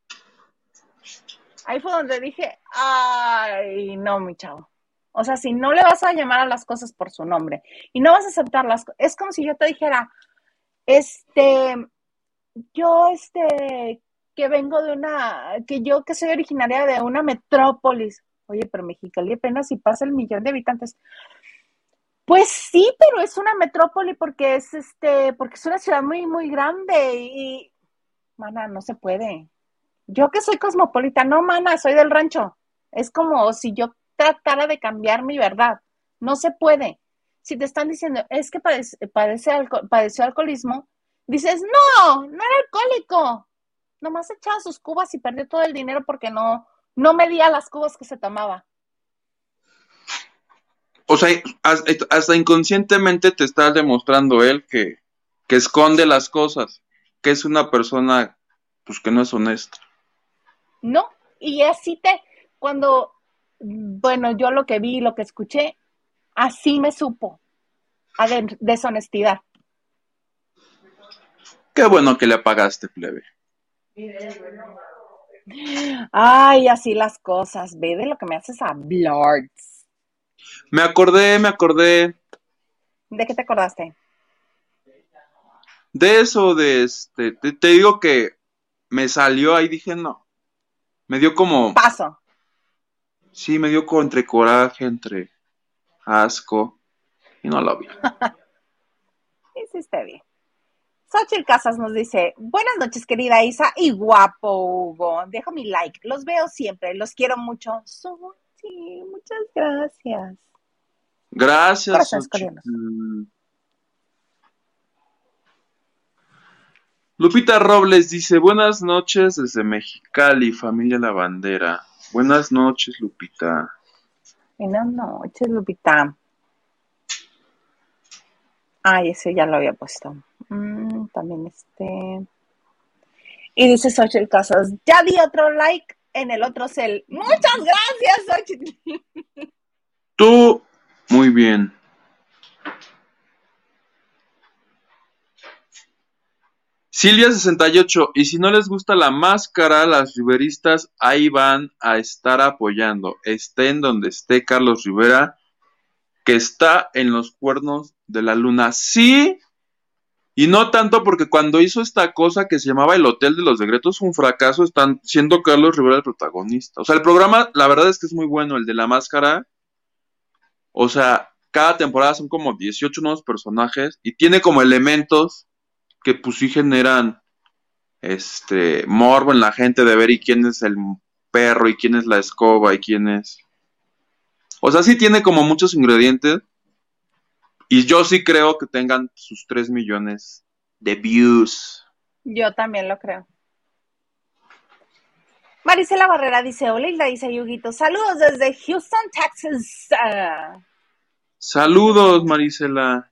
Ahí fue donde dije, ay, no, mi chavo. O sea, si no le vas a llamar a las cosas por su nombre y no vas a aceptar es como si yo te dijera, este, yo, que vengo que soy originaria de una metrópolis. Oye, pero Mexicali apenas si pasa el 1,000,000 de habitantes. Pues sí, pero es una metrópoli porque porque es una ciudad muy, muy grande y, mana, no se puede. Yo que soy cosmopolita, no, mana, soy del rancho. Es como si yo tratara de cambiar mi verdad. No se puede. Si te están diciendo, es que padeció alcoholismo, dices, no, no era alcohólico. Nomás echaba sus cubas y perdió todo el dinero porque no medía las cubas que se tomaba. O sea, hasta inconscientemente te está demostrando él que esconde las cosas, que es una persona pues que no es honesta. No, y cuando, bueno, yo lo que vi, lo que escuché, así me supo a deshonestidad. Qué bueno que le apagaste, plebe. Ay, así las cosas, ve de lo que me haces hablar. Me acordé ¿De qué te acordaste? de eso, te digo que me salió ahí, dije no, me dio como, Paso. sí, me dio como entre coraje, entre asco, y no lo vi. Hiciste bien. Xochitl Casas nos dice, buenas noches querida Isa y guapo Hugo, dejo mi like, los veo siempre, los quiero mucho. Sí, muchas gracias. Gracias, Corazones Xochitl. coreanos. Lupita Robles dice, buenas noches desde Mexicali, familia La Bandera. Buenas noches, Lupita. Buenas noches, Lupita. Ay, ese ya lo había puesto. También Y dice Xochitl Casas, ya di otro like en el otro cel. Muchas gracias, Xochitl. Tú, Muy bien. Silvia68, y si no les gusta la máscara, las riveristas ahí van a estar apoyando. Estén donde esté Carlos Rivera, que está en los cuernos de la luna. Sí, y no tanto porque cuando hizo esta cosa que se llamaba El Hotel de los Secretos fue un fracaso, están siendo Carlos Rivera el protagonista. O sea, el programa, la verdad es que es muy bueno, el de la máscara. O sea, cada temporada son como 18 nuevos personajes y tiene como elementos que pues sí generan morbo en la gente de ver y quién es el perro y quién es la escoba y quién es. O sea, sí tiene como muchos ingredientes y yo sí creo que tengan sus 3 millones de views. Yo también lo creo. Marisela Barrera dice, hola Hilda, dice Yuguito, saludos desde Houston, Texas. Saludos, Marisela.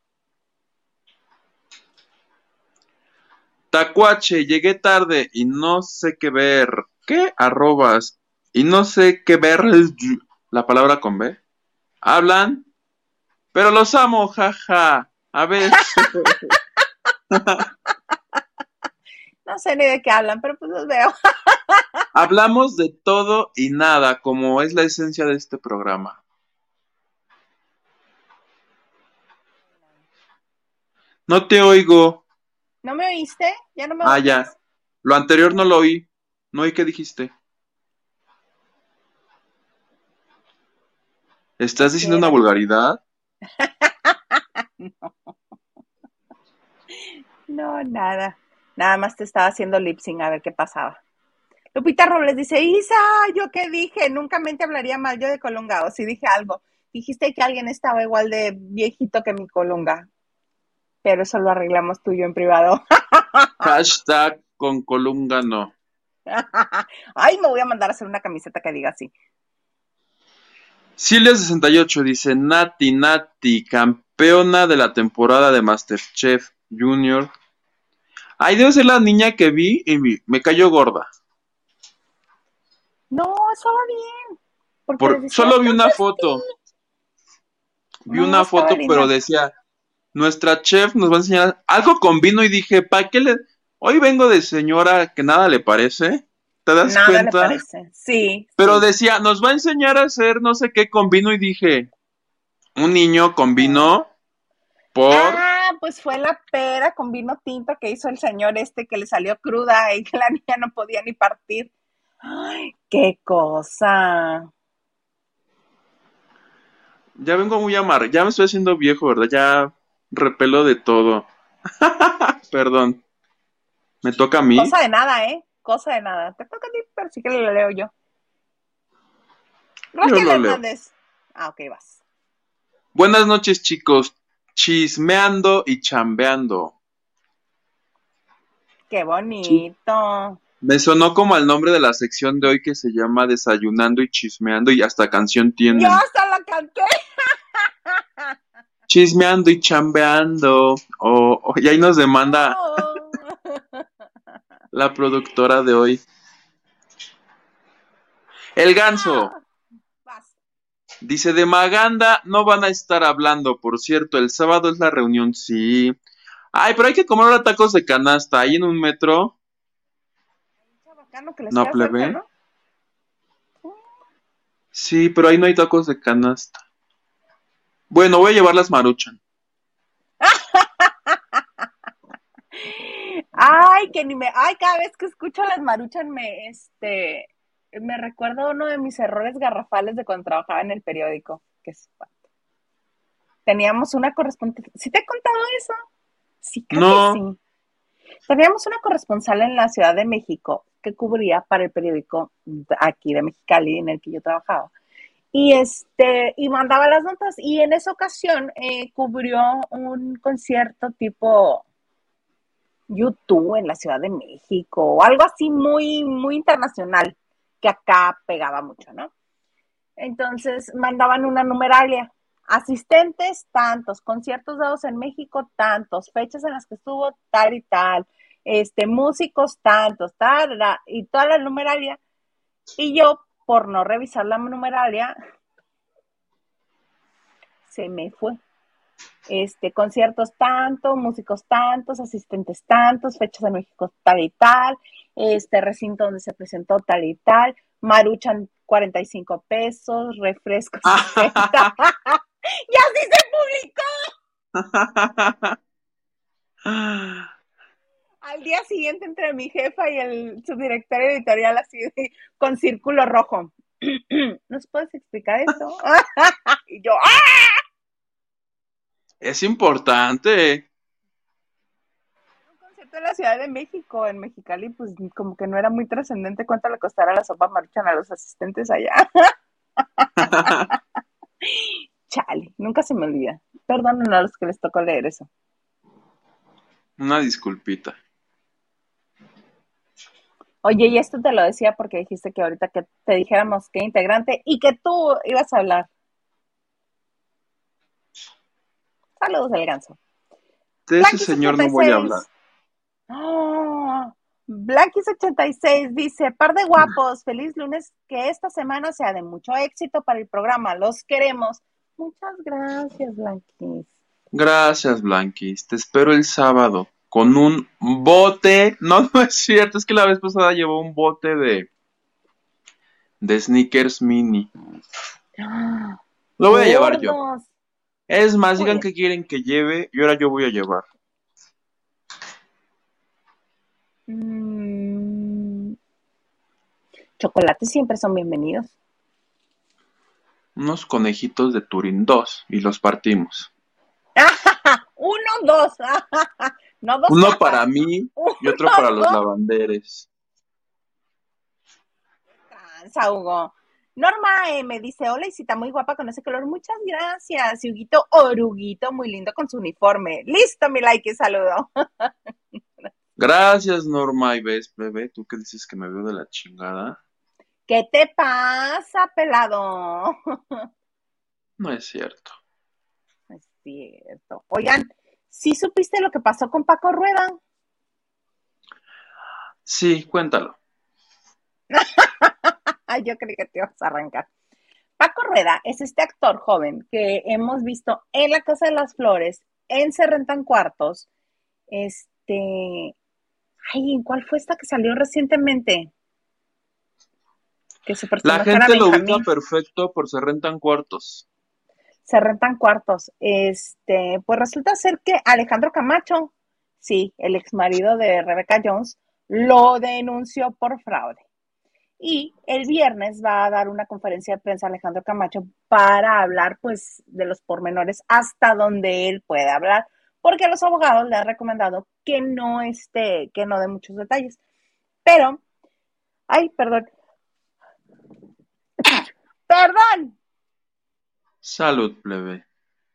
Tacuache, llegué tarde y no sé qué ver. ¿Qué? Arrobas. Y no sé qué ver. La palabra con B. Hablan. Pero los amo, jaja. A ver. No sé ni de qué hablan, pero pues los veo. Hablamos de todo y nada, como es la esencia de este programa. No te oigo. ¿No me oíste? ¿Ya no me Ah, oyes? ya. Lo anterior no lo oí. No oí qué dijiste. ¿Estás diciendo una vulgaridad? No, nada. Nada más te estaba haciendo lip sync a ver qué pasaba. Lupita Robles dice, Isa, ¿yo qué dije? Nunca mente hablaría mal yo de Colunga. O si dije algo. Dijiste que alguien estaba igual de viejito que mi Colunga. Pero eso lo arreglamos tú y yo en privado. Hashtag con Colunga no. Ay, me voy a mandar a hacer una camiseta que diga así. Silvia68 dice, Nati, campeona de la temporada de MasterChef Junior. Ay, debe ser la niña que vi y me cayó gorda. No, estaba bien. Porque les decía, Solo vi una foto. Vi no, una foto, linda. pero decía, nuestra chef nos va a enseñar algo con vino y dije, ¿para qué le...? Hoy vengo de señora que nada le parece. ¿Te das Nada cuenta? le parece, sí. Pero sí. decía, nos va a enseñar a hacer no sé qué con vino y dije, un niño con vino por... Ah, pues fue la pera con vino tinto que hizo el señor que le salió cruda y que la niña no podía ni partir. Ay, qué cosa. Ya vengo muy amargo, ya me estoy haciendo viejo, ¿verdad? Ya repelo de todo. Perdón. ¿Me toca a mí? Cosa de nada, ¿eh? Cosa de nada. Te toca a ti, pero sí que lo leo yo. Raquel Hernández. Ah, ok, vas. Buenas noches, chicos. Chismeando y chambeando. Qué bonito. Me sonó como el nombre de la sección de hoy que se llama Desayunando y Chismeando y hasta canción tienen. Yo hasta la canté. Chismeando y chambeando. Y ahí nos demanda la productora de hoy. El Ganso. Dice, de Maganda no van a estar hablando, por cierto, el sábado es la reunión, sí. Ay, pero hay que comer ahora tacos de canasta, ahí en un metro. No, plebe. ¿No? Sí, pero ahí no hay tacos de canasta. Bueno, voy a llevar las Maruchan. Ay, cada vez que escucho las Maruchan me recuerda uno de mis errores garrafales de cuando trabajaba en el periódico. Teníamos una corresponsal. ¿Sí te he contado eso? Sí, creo que sí. Teníamos una corresponsal en la Ciudad de México que cubría para el periódico aquí de Mexicali, en el que yo trabajaba. Y mandaba las notas. Y en esa ocasión cubrió un concierto tipo YouTube en la Ciudad de México, o algo así muy, muy internacional, que acá pegaba mucho, ¿no? Entonces mandaban una numeralia. Asistentes, tantos, conciertos dados en México, tantos, fechas en las que estuvo tal y tal, músicos, tantos, tal, y toda la numeralia. Y yo, por no revisar la numeralia, se me fue. Conciertos tanto, músicos tantos, asistentes tantos, fechas en México tal y tal, recinto donde se presentó tal y tal, Maruchan 45 pesos, refrescos 60. ¡Y así se publicó! Al día siguiente entre mi jefa y el subdirector editorial así con círculo rojo. ¿Nos puedes explicar esto? Y yo, ¡ah! Es importante. Un concierto en la Ciudad de México, en Mexicali, pues como que no era muy trascendente cuánto le costará la sopa Maruchan a los asistentes allá. Chale, nunca se me olvida. Perdonen a los que les tocó leer eso. Una disculpita. Oye, y esto te lo decía porque dijiste que ahorita que te dijéramos qué integrante y que tú ibas a hablar. Saludos, el ganso. De ese señor no voy a hablar. Oh, Blanquis86 dice, par de guapos, feliz lunes, que esta semana sea de mucho éxito para el programa, los queremos. Muchas gracias, Blanquis. Gracias, Blanquis. Te espero el sábado con un bote. No, no es cierto, es que la vez pasada llevó un bote de Snickers mini. Lo voy a llevar yo. Es más, digan qué quieren que lleve y ahora yo voy a llevar. Chocolates siempre son bienvenidos. Unos conejitos de Turín, 2, y los partimos. 1, 2. No, 2. Uno para mí y otro para los lavanderes. Tranza, Hugo. Norma me dice, hola Isita, muy guapa con ese color, muchas gracias. Y Huguito Oruguito, muy lindo con su uniforme. Listo, mi like y saludo. Gracias, Norma. Y ves, bebé, ¿tú qué dices que me veo de la chingada? ¿Qué te pasa, pelado? No es cierto. No es cierto. Oigan, ¿sí supiste lo que pasó con Paco Rueda? Sí, cuéntalo. Yo creí que te ibas a arrancar. Paco Rueda es este actor joven que hemos visto en La Casa de las Flores, en Se Rentan Cuartos. ¿Cuál fue esta que salió recientemente? Que su La gente lo ubica perfecto por Se Rentan Cuartos. Se Rentan Cuartos. Pues resulta ser que Alejandro Camacho, sí, el ex marido de Rebecca Jones, lo denunció por fraude. Y el viernes va a dar una conferencia de prensa Alejandro Camacho para hablar, pues, de los pormenores hasta donde él puede hablar, porque a los abogados le han recomendado que no dé muchos detalles. Pero, perdón. ¡Perdón! Salud, plebe.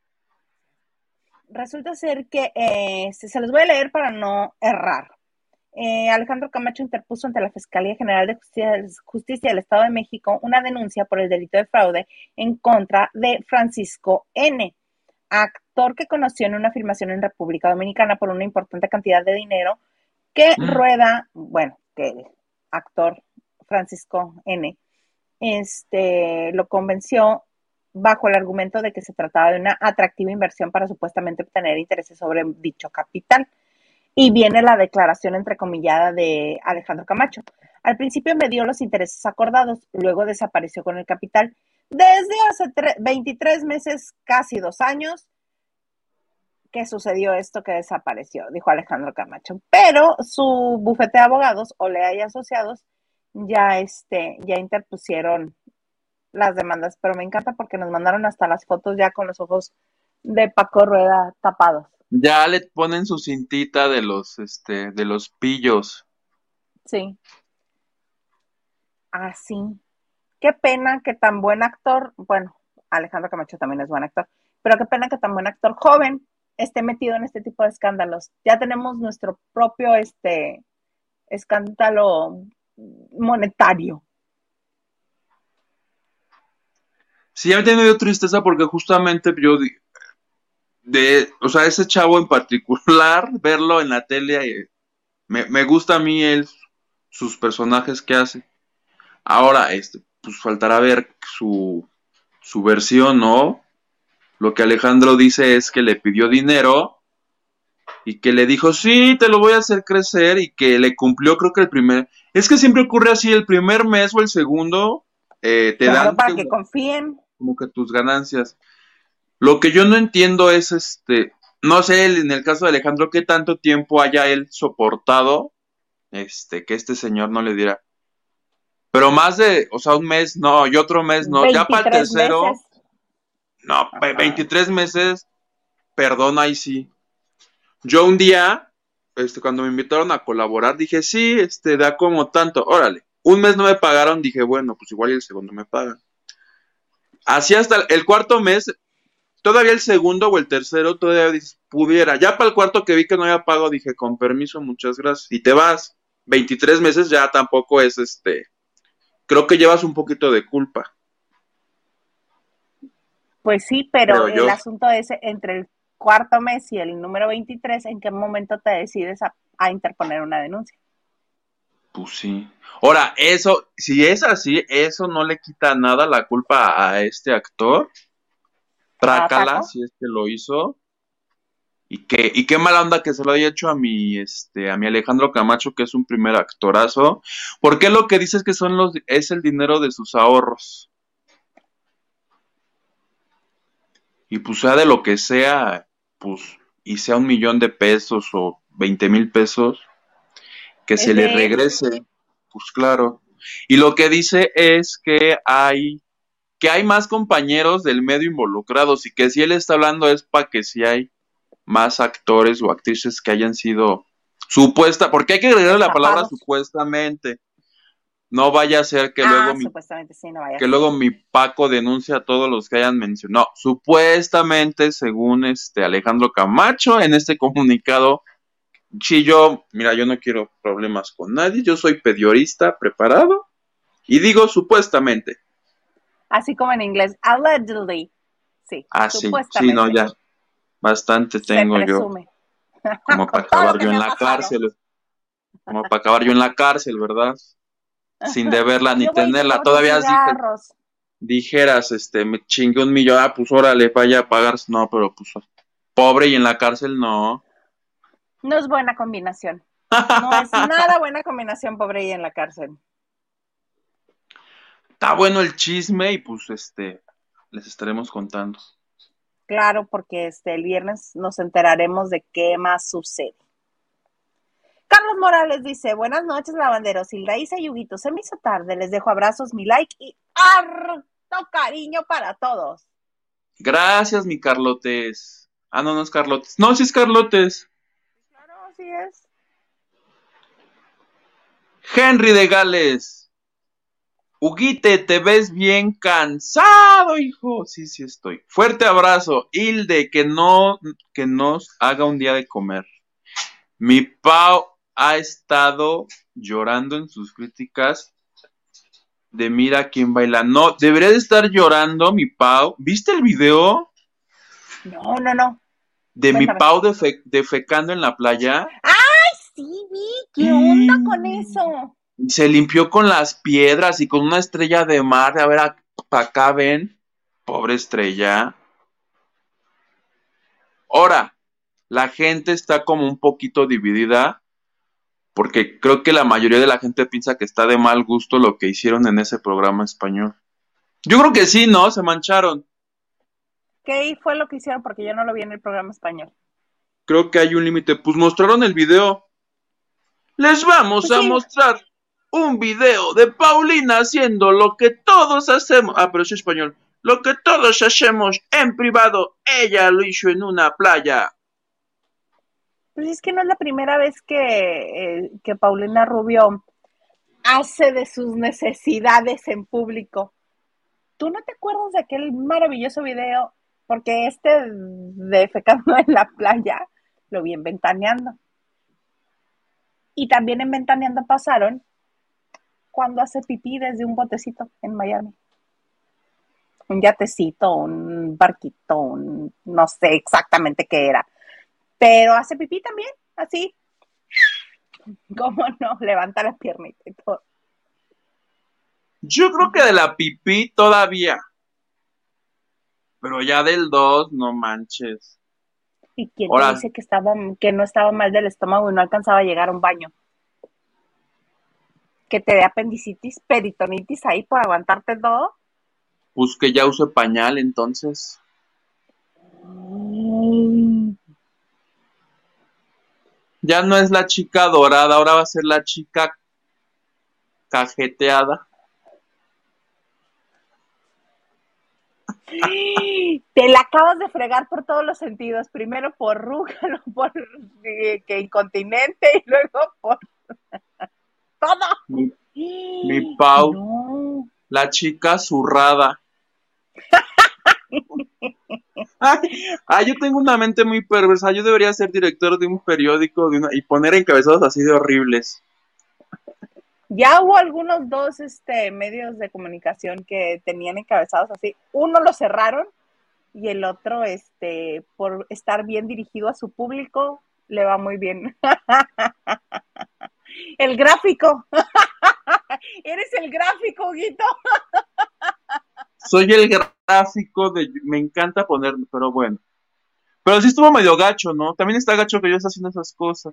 Resulta ser que, se los voy a leer para no errar. Alejandro Camacho interpuso ante la Fiscalía General de Justicia del Estado de México una denuncia por el delito de fraude en contra de Francisco N., actor que conoció en una filmación en República Dominicana por una importante cantidad de dinero que Rueda, que el actor Francisco N., lo convenció bajo el argumento de que se trataba de una atractiva inversión para supuestamente obtener intereses sobre dicho capital. Y viene la declaración entrecomillada de Alejandro Camacho. Al principio me dio los intereses acordados, luego desapareció con el capital. Desde hace 23 meses, casi 2 años, que sucedió esto que desapareció, dijo Alejandro Camacho. Pero su bufete de abogados, Olea y Asociados, ya interpusieron las demandas. Pero me encanta porque nos mandaron hasta las fotos ya con los ojos de Paco Rueda tapados. Ya le ponen su cintita de los pillos. Sí. Así. Qué pena que tan buen actor, Alejandro Camacho también es buen actor, pero qué pena que tan buen actor joven esté metido en este tipo de escándalos. Ya tenemos nuestro propio escándalo monetario. Sí, ya me tiene medio tristeza porque justamente yo ese chavo en particular, verlo en la tele, me gusta a mí sus personajes que hace. Ahora, pues faltará ver su versión, ¿no? Lo que Alejandro dice es que le pidió dinero y que le dijo, sí, te lo voy a hacer crecer y que le cumplió, creo que el primer... Es que siempre ocurre así, el primer mes o el segundo te Claro, dan para que confíen. como que tus ganancias. Lo que yo no entiendo es, no sé, en el caso de Alejandro, qué tanto tiempo haya él soportado, que este señor no le diera. Pero más de, o sea, un mes no, y otro mes no. Ya para el 23 tercero, meses. no, Ajá. 23 meses, perdón, ahí sí. Yo un día, cuando me invitaron a colaborar, dije, sí, da como tanto, órale. Un mes no me pagaron, dije, bueno, pues igual y el segundo me pagan. Así hasta el cuarto mes, todavía el segundo o el tercero, todavía pudiera. Ya para el cuarto que vi que no había pago, dije, con permiso, muchas gracias. Y te vas. 23 meses ya tampoco es, creo que llevas un poquito de culpa, Pues sí, pero creo el yo. asunto es entre el cuarto mes y el número 23, ¿en qué momento te decides a interponer una denuncia? Pues sí. Ahora, eso, si es así, eso no le quita nada la culpa a este actor. ¿A Trácala, Paco? si es que lo hizo. Y qué mala onda que se lo haya hecho a mi Alejandro Camacho, que es un primer actorazo. Porque lo que dice es que es el dinero de sus ahorros. Y pues sea de lo que sea, pues, y sea 1,000,000 de pesos o 20,000 pesos, que Es se le de él. regrese. Pues claro. Y lo que dice es que hay más compañeros del medio involucrados y que si él está hablando es para que si hay más actores o actrices que hayan sido porque hay que agregar la palabra Estafados. supuestamente. No vaya a ser Ah, supuestamente sí, no vaya a que ser. luego mi Paco denuncia a todos los que hayan mencionado. No, supuestamente, según Alejandro Camacho, en este comunicado, sí, mira, yo no quiero problemas con nadie, yo soy periodista preparado y digo supuestamente. Así como en inglés, allegedly. Sí, Ah, sí, sí, no, supuestamente. ya, bastante Se tengo yo, presume. como para Con todo lo acabar que yo me en ha la pasado. cárcel, como para acabar yo en la cárcel, ¿verdad? Sin deberla ni Yo voy y te tenerla. robo tus Todavía cigarros. dijeras, me chingué 1,000,000, pues órale, vaya a pagar. No, pero pues pobre y en la cárcel no. No es buena combinación. No es nada buena combinación, pobre y en la cárcel. Está bueno el chisme y pues les estaremos contando. Claro, porque el viernes nos enteraremos de qué más sucede. Carlos Morales dice, buenas noches, lavanderos. Hilda Isa y Yuguito, se me hizo tarde. Les dejo abrazos, mi like y harto cariño para todos. Gracias, mi Carlotes. Ah, no, no es Carlotes. No, sí es Carlotes. Claro, así es. Henry de Gales. Huguite, te ves bien cansado, hijo. Sí, sí estoy. Fuerte abrazo. Hilde, que nos haga un día de comer. Mi Pau ha estado llorando en sus críticas de Mira quién baila. No, debería de estar llorando mi Pau. ¿Viste el video No, no, no. de mi Cuéntame. Pau defecando en la playa? ¡Ay, sí vi! ¿Qué onda con eso? Se limpió con las piedras y con una estrella de mar. A ver, acá ven. Pobre estrella. Ahora, la gente está como un poquito dividida porque creo que la mayoría de la gente piensa que está de mal gusto lo que hicieron en ese programa español. Yo creo que sí, ¿no? Se mancharon. ¿Qué fue lo que hicieron? Porque yo no lo vi en el programa español. Creo que hay un límite. Pues mostraron el video. Les vamos Pues a sí, mostrar un video de Paulina haciendo lo que todos hacemos. Ah, pero es español. Lo que todos hacemos en privado, ella lo hizo en una playa. pues es que no es la primera vez que Paulina Rubio hace de sus necesidades en público. ¿Tú no te acuerdas de aquel maravilloso video? Porque defecando en la playa lo vi en Ventaneando. Y también en Ventaneando pasaron cuando hace pipí desde un botecito en Miami. Un yatecito, un barquito, no sé exactamente qué era. Pero hace pipí también, así. ¿Cómo no? Levanta la piernita y todo. Yo creo que de la pipí todavía. Pero ya del 2, no manches. ¿Y quién te Ahora, dice que no estaba mal del estómago y no alcanzaba a llegar a un baño? Que te dé apendicitis, peritonitis ahí por aguantarte todo. pues que ya use pañal entonces. Mm. Ya no es la chica dorada, ahora va a ser la chica cajeteada. Te la acabas de fregar por todos los sentidos. Primero por ruga, luego por que incontinente y luego por todo. Mi, mi Pau, No. la chica zurrada. Yo tengo una mente muy perversa. Yo debería ser director de un periódico y poner encabezados así de horribles. Ya hubo algunos dos medios de comunicación que tenían encabezados así. Uno lo cerraron y el otro, por estar bien dirigido a su público, le va muy bien. El gráfico. Eres el gráfico, Guito. Soy el gráfico de... Me encanta poner, pero bueno. Pero sí estuvo medio gacho, ¿no? También está gacho que yo esté haciendo esas cosas.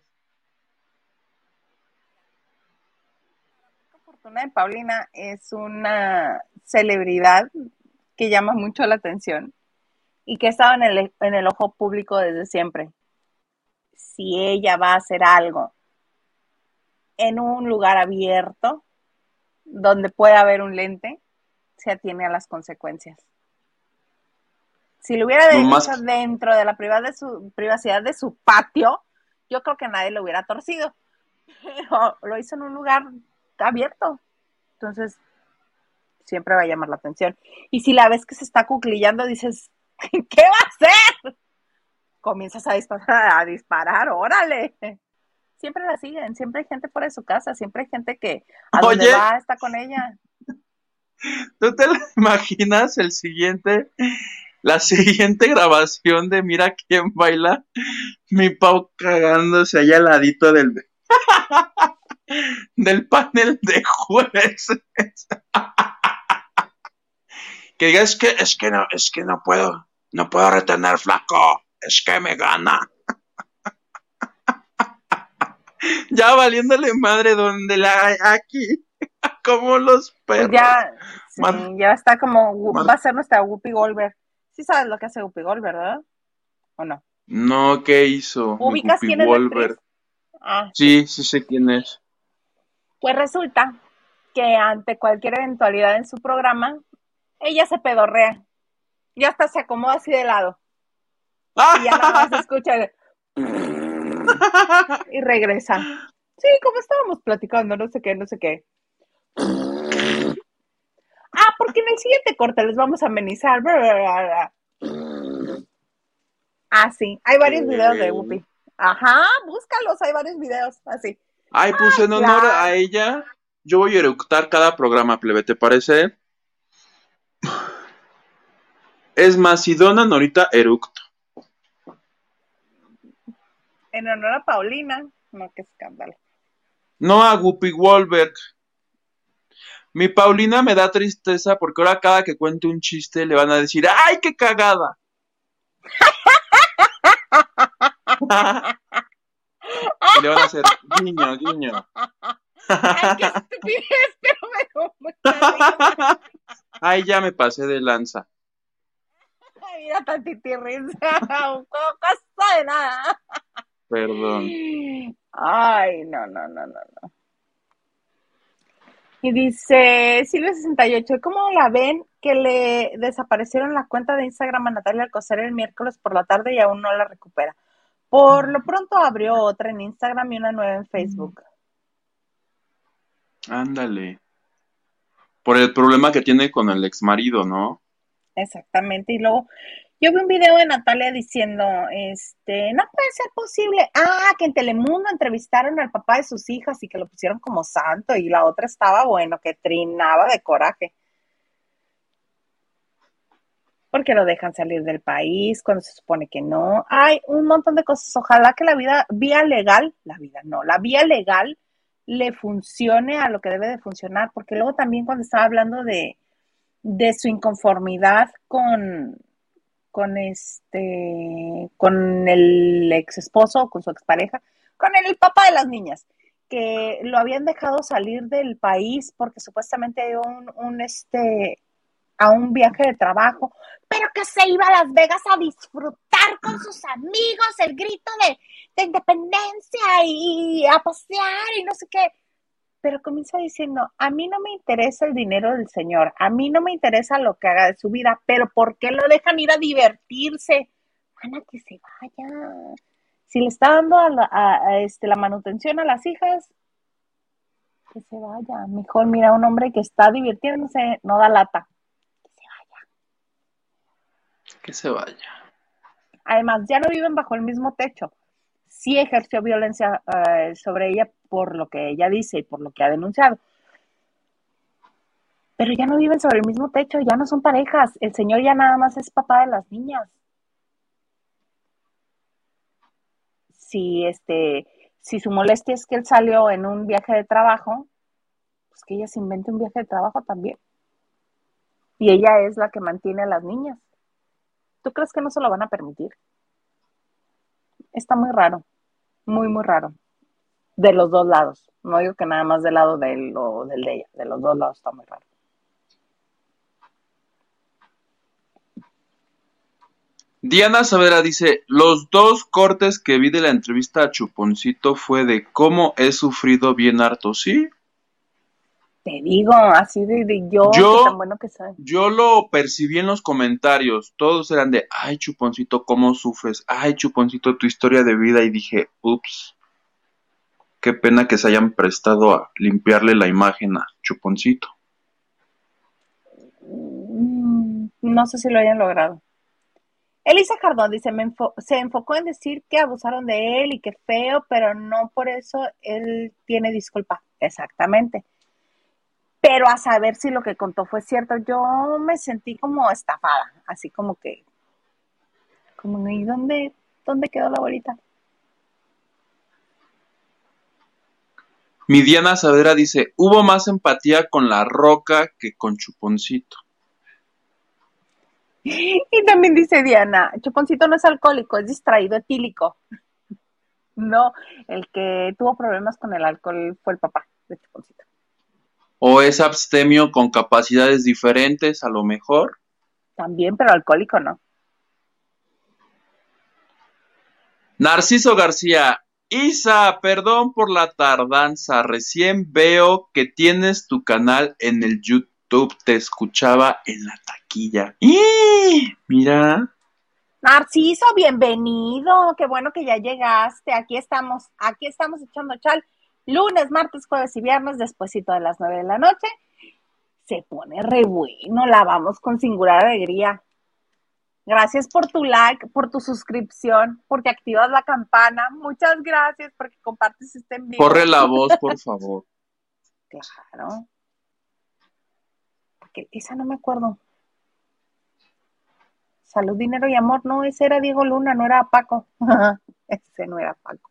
La fortuna de Paulina es una celebridad que llama mucho la atención y que ha estado en el ojo público desde siempre. Si ella va a hacer algo en un lugar abierto, donde pueda haber un lente, se atiene a las consecuencias. Si lo hubiera Lo hecho más... dentro de la privacidad de su patio, yo creo que nadie lo hubiera torcido. Pero lo hizo en un lugar abierto. Entonces, siempre va a llamar la atención. Y si la ves que se está cuclillando, dices, ¿qué va a hacer? Comienzas a disparar, órale. Siempre la siguen, siempre hay gente fuera de su casa, siempre hay gente que a donde Oye, va está con ella. ¿tú te lo imaginas la siguiente grabación de Mira quién baila? Mi Pau cagándose allá al ladito del panel de jueces. Que diga, es que no puedo retener, flaco, es que me gana. Ya valiéndole madre donde la aquí, como los Pues perros. ya, sí, ya está como, Mar- va a ser nuestra Whoopi Goldberg. Sí sabes lo que hace Whoopi Goldberg, ¿verdad? ¿O no? No, ¿qué hizo? Mi ¿Ubicas Guppy quién es la actriz? Wolver. Ah, sí. Sí, sí sé quién es. Pues resulta que ante cualquier eventualidad en su programa, ella se pedorrea. Ya hasta se acomoda así de lado. Y ya nada más se escucha y regresa. Sí, como estábamos platicando, no sé qué, no sé qué. Porque en el siguiente corte les vamos a amenizar. Sí, hay varios videos de Whoopi. Ajá, búscalos, hay varios videos así. Ay, pues en honor Claro. a ella, yo voy a eructar cada programa, plebe, ¿te parece? Es más, si donan ahorita eructo. En honor a Paulina. No, qué escándalo. No a Guppy Wolberg. Mi Paulina me da tristeza porque ahora cada que cuente un chiste le van a decir, ¡ay, qué cagada! Y le van a hacer guiño, guiño. Ay, qué estupidez, pero me dio mucha risa. Ay, ya me pasé de lanza. Ay, mira, tantitirrisa, un cosa de nada. Perdón. Ay, no, no, no, no, no. Y dice Silvia68, ¿cómo la ven que le desaparecieron la cuenta de Instagram a Natalia Alcocer el miércoles por la tarde y aún no la recupera? Por lo pronto abrió otra en Instagram y una nueva en Facebook. Ándale. Por el problema que tiene con el exmarido, ¿no? Exactamente. Y luego yo vi un video de Natalia diciendo, no puede ser posible. Que en Telemundo entrevistaron al papá de sus hijas y que lo pusieron como santo y la otra estaba, bueno, que trinaba de coraje. Porque lo dejan salir del país cuando se supone que no. Hay un montón de cosas. Ojalá que la vía legal le funcione a lo que debe de funcionar, porque luego también cuando estaba hablando de su inconformidad con el ex esposo, con su expareja, con el papá de las niñas, que lo habían dejado salir del país porque supuestamente hay a un viaje de trabajo, pero que se iba a Las Vegas a disfrutar con sus amigos, el grito de independencia y a pasear y no sé qué. Pero comienza diciendo, a mí no me interesa el dinero del señor, a mí no me interesa lo que haga de su vida, pero ¿por qué lo dejan ir a divertirse? Ana, que se vaya. Si le está dando la manutención a las hijas, que se vaya. Mejor mira, un hombre que está divirtiéndose no da lata. Que se vaya. Que se vaya. Además, ya no viven bajo el mismo techo. Sí ejerció violencia sobre ella por lo que ella dice y por lo que ha denunciado. Pero ya no viven sobre el mismo techo, ya no son parejas. El señor ya nada más es papá de las niñas. Si si su molestia es que él salió en un viaje de trabajo, pues que ella se invente un viaje de trabajo también. Y ella es la que mantiene a las niñas. ¿Tú crees que no se lo van a permitir? Está muy raro, muy, muy raro. De los dos lados. No digo que nada más del lado de él o del de ella. De los dos lados está muy raro. Diana Saavedra dice, los 2 cortes que vi de la entrevista a Chuponcito fue de cómo he sufrido bien harto, ¿sí? Te digo, así de yo, que tan bueno que soy. Yo lo percibí en los comentarios, todos eran de, ay Chuponcito, ¿cómo sufres? Ay Chuponcito, tu historia de vida, y dije, ups, qué pena que se hayan prestado a limpiarle la imagen a Chuponcito. No sé si lo hayan logrado. Elisa Cardón dice, se enfocó en decir que abusaron de él y que feo, pero no por eso él tiene disculpa. Exactamente. Pero a saber si lo que contó fue cierto, yo me sentí como estafada, así como que, ¿y dónde quedó la bolita? Mi Diana Saavedra dice, hubo más empatía con La Roca que con Chuponcito. Y también dice Diana, Chuponcito no es alcohólico, es distraído etílico. No, el que tuvo problemas con el alcohol fue el papá de Chuponcito. O es abstemio con capacidades diferentes, a lo mejor. También, pero alcohólico no. Narciso García, Isa, perdón por la tardanza, recién veo que tienes tu canal en el YouTube, te escuchaba en la taquilla. Mira. Narciso, bienvenido, qué bueno que ya llegaste, aquí estamos echando chal, lunes, martes, jueves y viernes, despuesito de las 9 de la noche, se pone re bueno, la vamos con singular alegría. Gracias por tu like, por tu suscripción, porque activas la campana, muchas gracias porque compartes este en vivo. Corre la voz, por favor. Claro, porque esa no me acuerdo. Salud, dinero y amor, no, ese era Diego Luna, no era Paco. Ese no era Paco.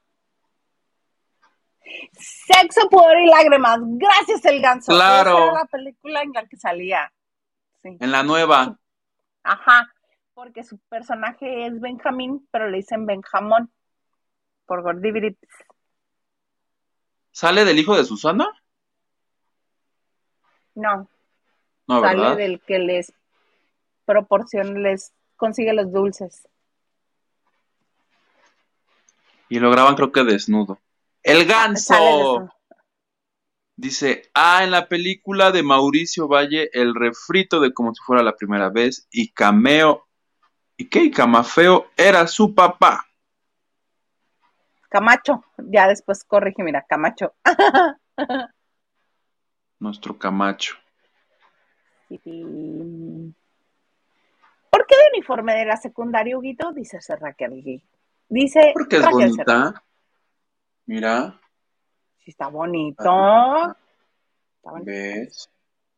Sexo, pudor y lágrimas. Gracias, El Ganso. Claro. Esa era la película en la que salía. Sí. En la nueva. Ajá, porque su personaje es Benjamín, pero le dicen Benjamón. Por Gordibirips. ¿Sale del hijo de Susana? No. No, sale ¿verdad? Del que les consigue los dulces. Y lo graban creo que desnudo. El Ganso dice, en la película de Mauricio Valle, el refrito de Como si fuera la primera vez, y Camafeo era su papá. Camacho, ya después corrige, mira, Camacho. Nuestro Camacho. ¿Por qué de uniforme de la secundaria, Huguito? Dice Raquel. Dice porque es Raquel bonita. Serra. Mira. Sí, está bonito. ¿Ves?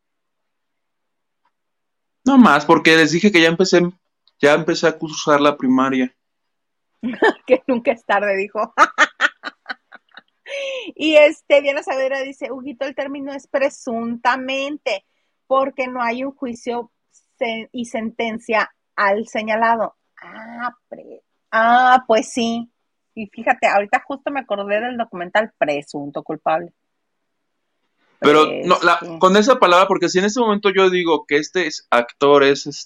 No más, porque les dije que ya empecé a cursar la primaria. Que nunca es tarde, dijo. Y Diana Saavedra dice, Huguito, el término es presuntamente, porque no hay un juicio y sentencia al señalado. Pues sí. Y fíjate, ahorita justo me acordé del documental Presunto Culpable. Pero no, Presunto. con esa palabra, porque si en este momento yo digo que actor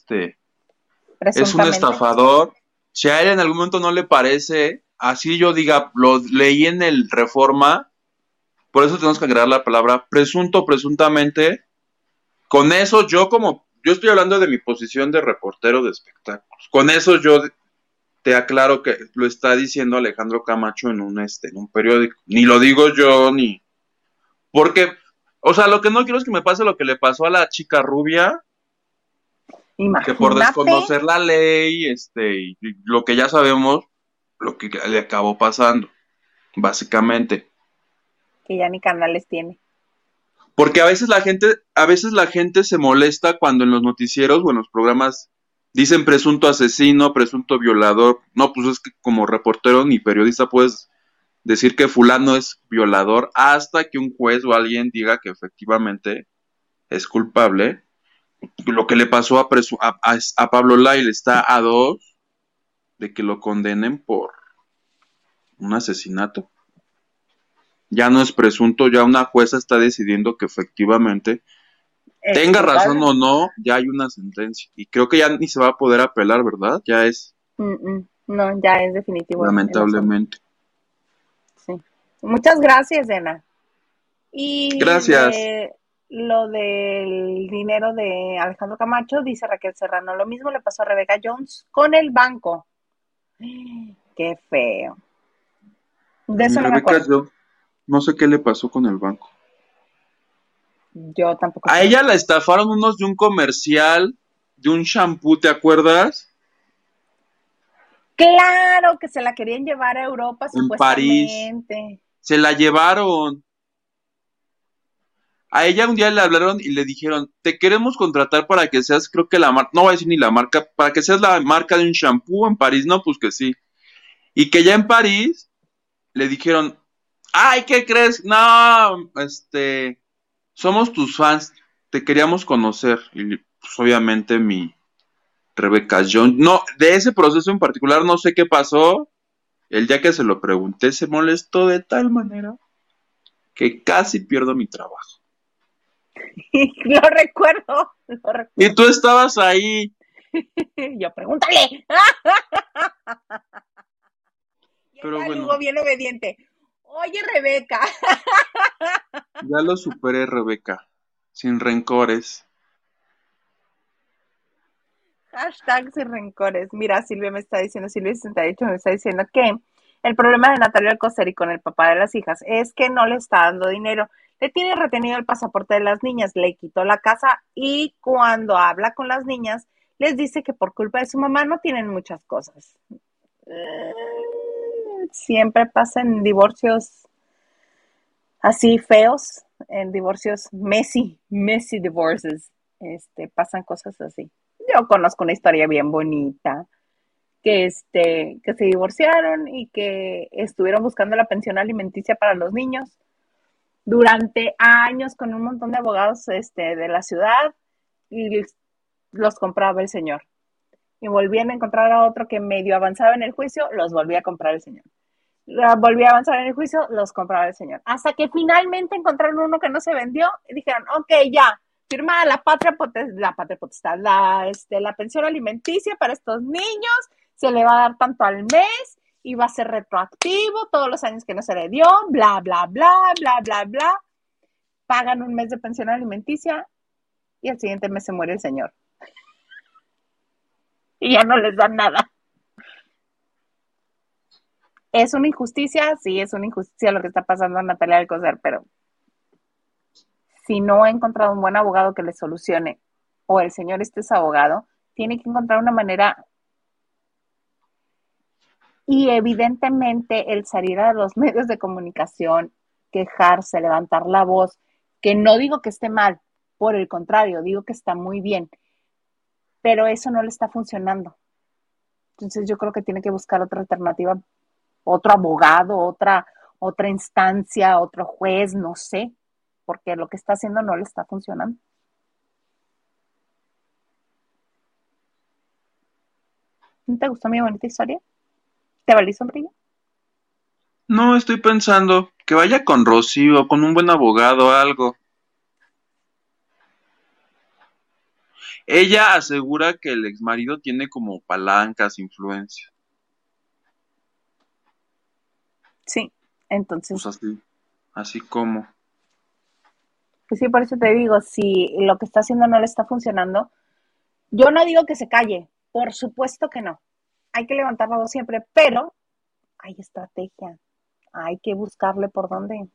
es un Presuntamente. estafador, si a él en algún momento no le parece, así yo diga, lo leí en el Reforma, por eso tenemos que agregar la palabra presunto, presuntamente. Con eso yo estoy hablando de mi posición de reportero de espectáculos. Con eso yo te aclaro que lo está diciendo Alejandro Camacho en un periódico. Ni lo digo yo, ni... Porque, o sea, lo que no quiero es que me pase lo que le pasó a la chica rubia, que por Imagínate desconocer la ley, y lo que ya sabemos, lo que le acabó pasando, básicamente. que ya ni canales tiene. Porque a veces la gente se molesta cuando en los noticieros o en los programas dicen presunto asesino, presunto violador. No, pues es que como reportero ni periodista puedes decir que fulano es violador hasta que un juez o alguien diga que efectivamente es culpable. Lo que le pasó a Pablo Lyle está a 2 de que lo condenen por un asesinato. Ya no es presunto, ya una jueza está decidiendo que efectivamente Es tenga razón culpable. o no, ya hay una sentencia. Y creo que ya ni se va a poder apelar, ¿verdad? Ya es, No, ya es definitivo el asunto. lamentablemente. Sí. Muchas gracias, Dena. Y Gracias. de lo del dinero de Alejandro Camacho, dice Raquel Serrano, lo mismo le pasó a Rebeca Jones con el banco. Qué feo. De Mi eso no me Rebeca, acuerdo. yo no sé qué le pasó con el banco. Yo tampoco A sé. ella la estafaron unos de un comercial, de un shampoo, ¿te acuerdas? Claro que se la querían llevar a Europa En París. supuestamente. Se la llevaron. A ella un día le hablaron y le dijeron, te queremos contratar para que seas, creo que la marca, no voy a decir ni la marca, para que seas la marca de un shampoo en París, no, pues que sí. Y que ya en París le dijeron, ay, ¿qué crees? No, somos tus fans, te queríamos conocer. Y pues obviamente mi Rebeca Jones, no, de ese proceso en particular no sé qué pasó. El día que se lo pregunté se molestó de tal manera que casi pierdo mi trabajo. Lo recuerdo, lo Y recuerdo. tú estabas ahí. Yo, pregúntale. Y Pero ella bueno, luego bien obediente. Oye, Rebeca. ya lo superé, Rebeca. Sin rencores. Hashtag sin rencores. Mira, Silvia me está diciendo, Silvia68 me está diciendo que el problema de Natalia Alcocer y con el papá de las hijas es que no le está dando dinero. Le tiene retenido el pasaporte de las niñas, le quitó la casa y cuando habla con las niñas les dice que por culpa de su mamá no tienen muchas cosas. Siempre pasa en divorcios así feos, en divorcios messy divorces, pasan cosas así. Yo conozco una historia bien bonita, que se divorciaron y que estuvieron buscando la pensión alimenticia para los niños durante años con un montón de abogados, de la ciudad y los compraba el señor. Y volvían a encontrar a otro que medio avanzaba en el juicio, los volvía a comprar el señor. Volví a avanzar en el juicio, los compraba el señor. Hasta que finalmente encontraron uno que no se vendió y dijeron, ok, ya, firma la patria potestad, la pensión alimenticia para estos niños, se le va a dar tanto al mes y va a ser retroactivo todos los años que no se le dio, bla, bla, bla, bla, bla, bla. Pagan un mes de pensión alimenticia y al siguiente mes se muere el señor. Y ya no les dan nada. Es una injusticia, sí, es una injusticia lo que está pasando a Natalia Alcocer, pero si no ha encontrado un buen abogado que le solucione, o el señor es abogado, tiene que encontrar una manera. Y evidentemente el salir a los medios de comunicación, quejarse, levantar la voz, que no digo que esté mal, por el contrario, digo que está muy bien, pero eso no le está funcionando. Entonces yo creo que tiene que buscar otra alternativa, otro abogado, otra instancia, otro juez, no sé, porque lo que está haciendo no le está funcionando. ¿No te gustó mi bonita historia? ¿Te valí sombrilla? No, estoy pensando que vaya con Rocío, con un buen abogado, algo. Ella asegura que el exmarido tiene como palancas, influencia. Sí, Pues entonces, así como. pues sí, por eso te digo, si lo que está haciendo no le está funcionando, yo no digo que se calle, por supuesto que no. Hay que levantar la voz siempre, pero hay estrategia, hay que buscarle por dónde.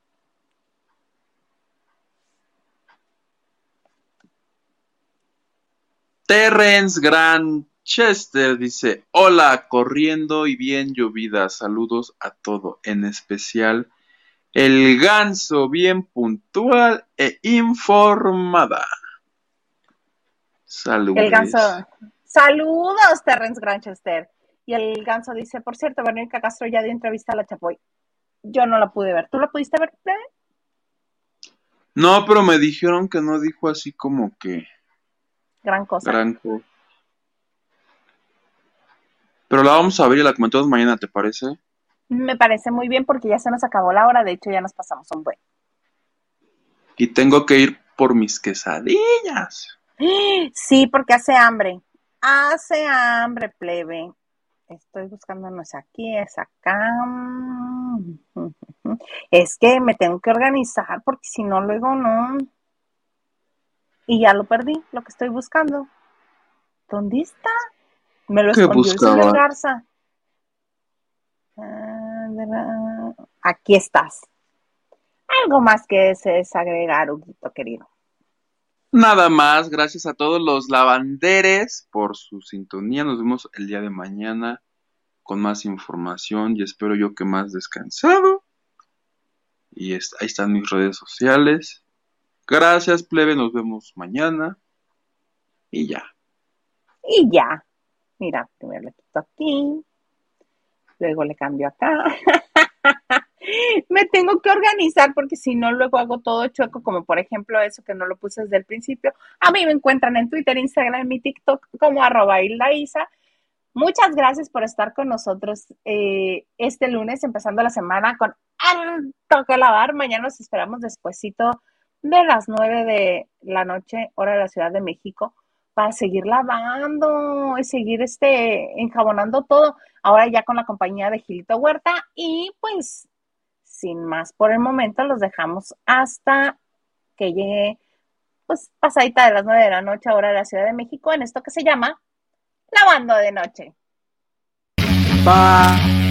Terrence Granchester dice, hola, corriendo y bien llovida, saludos a todo, en especial el ganso bien puntual e informada. El Saludes. ganso, saludos, Terrence Granchester. Y el ganso dice, por cierto, Verónica Castro ya dio entrevista a la Chapoy. Yo no la pude ver. ¿Tú la pudiste ver, plebe? No, pero me dijeron que no dijo así como que Gran cosa. gran cosa. Pero la vamos a ver y la comentamos mañana, ¿te parece? Me parece muy bien porque ya se nos acabó la hora. De hecho, ya nos pasamos un buen. Y tengo que ir por mis quesadillas. Sí, porque hace hambre. Hace hambre, plebe. Estoy buscando, no es aquí, es acá. Es que me tengo que organizar porque si no, luego no. Y ya lo perdí, lo que estoy buscando. ¿Dónde está? Me lo ¿Qué escondió el señor buscaba? Garza. Aquí estás. Algo más que desees agregar, Huguito querido. Nada más, gracias a todos los lavanderes por su sintonía. Nos vemos el día de mañana con más información y espero yo que más descansado. Y ahí están mis redes sociales. Gracias, plebe, nos vemos mañana y ya. Y ya. Mira, primero le quito aquí, luego le cambio acá. Me tengo que organizar porque si no, luego hago todo chueco, como por ejemplo eso que no lo puse desde el principio. A mí me encuentran en Twitter, Instagram y mi TikTok como @ildaisa. Muchas gracias por estar con nosotros este lunes, empezando la semana con harto que lavar. Mañana nos esperamos despuesito de las 9 de la noche, hora de la Ciudad de México, para seguir lavando y seguir enjabonando todo. Ahora ya con la compañía de Gilito Huerta y pues sin más por el momento los dejamos hasta que llegue pues pasadita de las 9 de la noche, hora de la Ciudad de México, en esto que se llama Lavando de Noche. Bye.